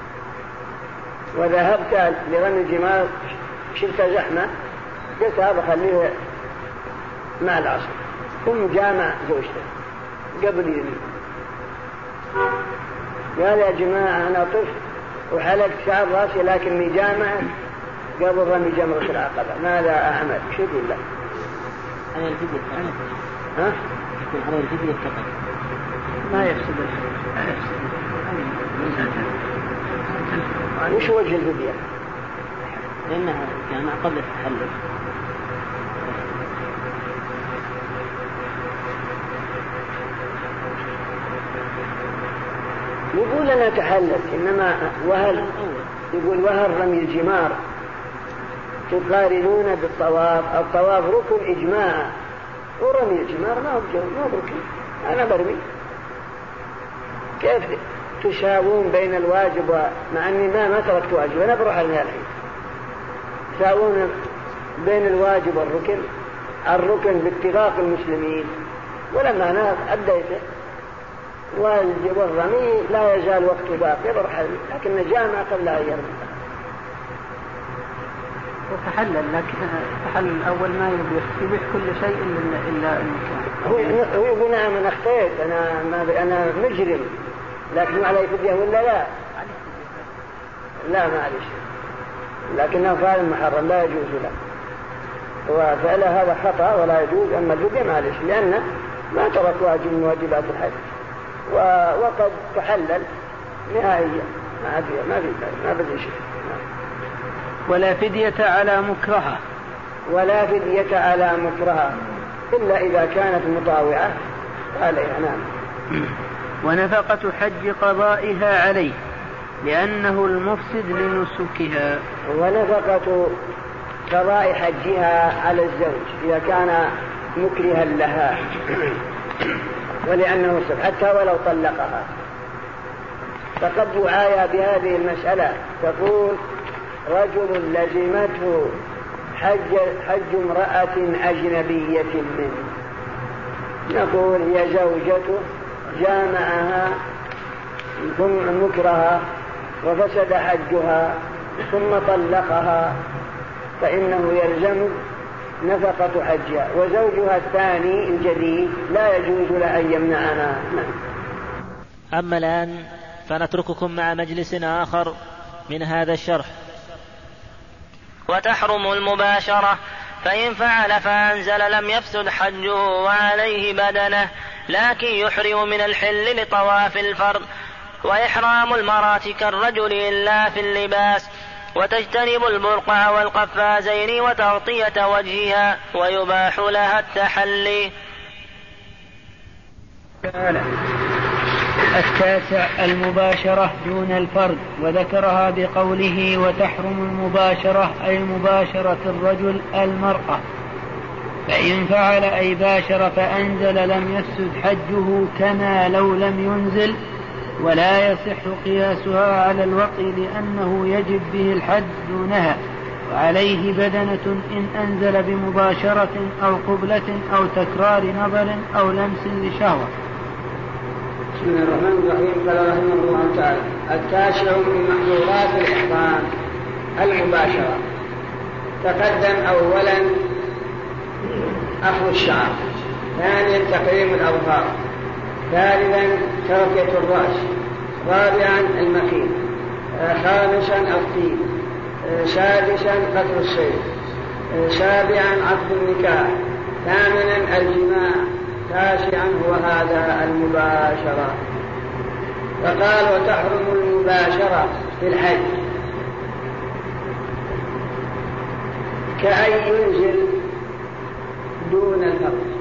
وذهبت لرمي الجمار، شفت زحمة قلت هذا خليه مع العصر، ثم جامع زوجته قبل يمين، قال يا جماعة أنا طفت وحلقت شعر رأسي لكني جامع قبل رمي جمرة العقبة، ماذا أعمل؟ شو يقول له؟ على الفدية ها؟ يكون على الفدية فقط ما يفسد الحج. وش وجه الفدية؟ لأنها جامع قبل التحلل. يقول أنا تحلل، إنما وهل يقول وهل رمي الجمار تقارنون بالطواف؟ الطواف ركن إجماعا، ورمي الجمار ما هو ركن، أنا برمي. كيف تساوون بين الواجب مع أني ما ما تركت واجب، أنا بروح على الحين تساوون بين الواجب والركن؟ الركن باتفاق المسلمين ولما أنا أديته، والرمي لا يزال وقت باقي بروح على، لكن جامع قبل أن يرمي. وتحلل، لكن التحلل الأول ما يبيح كل شيء إلا إلا المكان. هو يقول نعم أنا اخطيت، أنا ما أنا مجرم، لكن علي فدية ولا لا؟ لا معلش، لكنه فعل محرم لا يجوز له، وفعل هذا خطأ ولا يجوز. أما الفدية معلش، لأنه ما ترك واجب من واجبات الحج. وقد تحلل نهائيا ما في ما في ما بدي شيء. ولا فدية على مكرهة ولا فدية على مكرهة إلا إذا كانت مطاوعة عليها. نعم. ونفقة حج قضائها عليه لأنه المفسد لنسكها. ونفقة قضاء حجها على الزوج إذا كان مكرها لها ولأنه سب حتى ولو طلقها. فقد يعايا بهذه المسألة تقول رجل لزمته حج, حج امرأة أجنبية منه، نقول هي زوجته جامعها ثم مكرها وفسد حجها ثم طلقها فإنه يلزم نفقة حجها، وزوجها الثاني الجديد لا يجوز له أن يمنعها. أما الآن فنترككم مع مجلس آخر من هذا الشرح. وتحرم المباشرة، فإن فعل فأنزل لم يفسد حجه وعليه بدنه، لكن يحرم من الحل لطواف الفرض. وإحرام المرأة كالرجل إلا في اللباس، وتجتنب البرقع والقفازين وتغطية وجهها، ويباح لها التحلي. التاسع المباشرة دون الفرد، وذكرها بقوله وتحرم المباشرة أي مباشرة الرجل المرأة. فإن فعل أي باشر فأنزل لم يفسد حجه كما لو لم ينزل، ولا يصح قياسها على الوطء لأنه يجب به الحد دونها، وعليه بدنة إن أنزل بمباشرة أو قبلة أو تكرار نظر أو لمس لشهوة. بسم الله الرحمن الرحيم. قال رحمه الله تعالى التاسع من محظورات الإحرام المباشرة. تقدم أولا أخذ الشعر، ثانيا تقليم الأظفار، ثالثا تركية الرأس، رابعا المخيط، خامسا الطيب، سادسا قتل الصيد، سابعا عقد النكاح، ثامنا الجماع، تاسعا وهذا المباشرة. فقال وتحرم المباشرة في الحج كأن ينزل دون الفرد،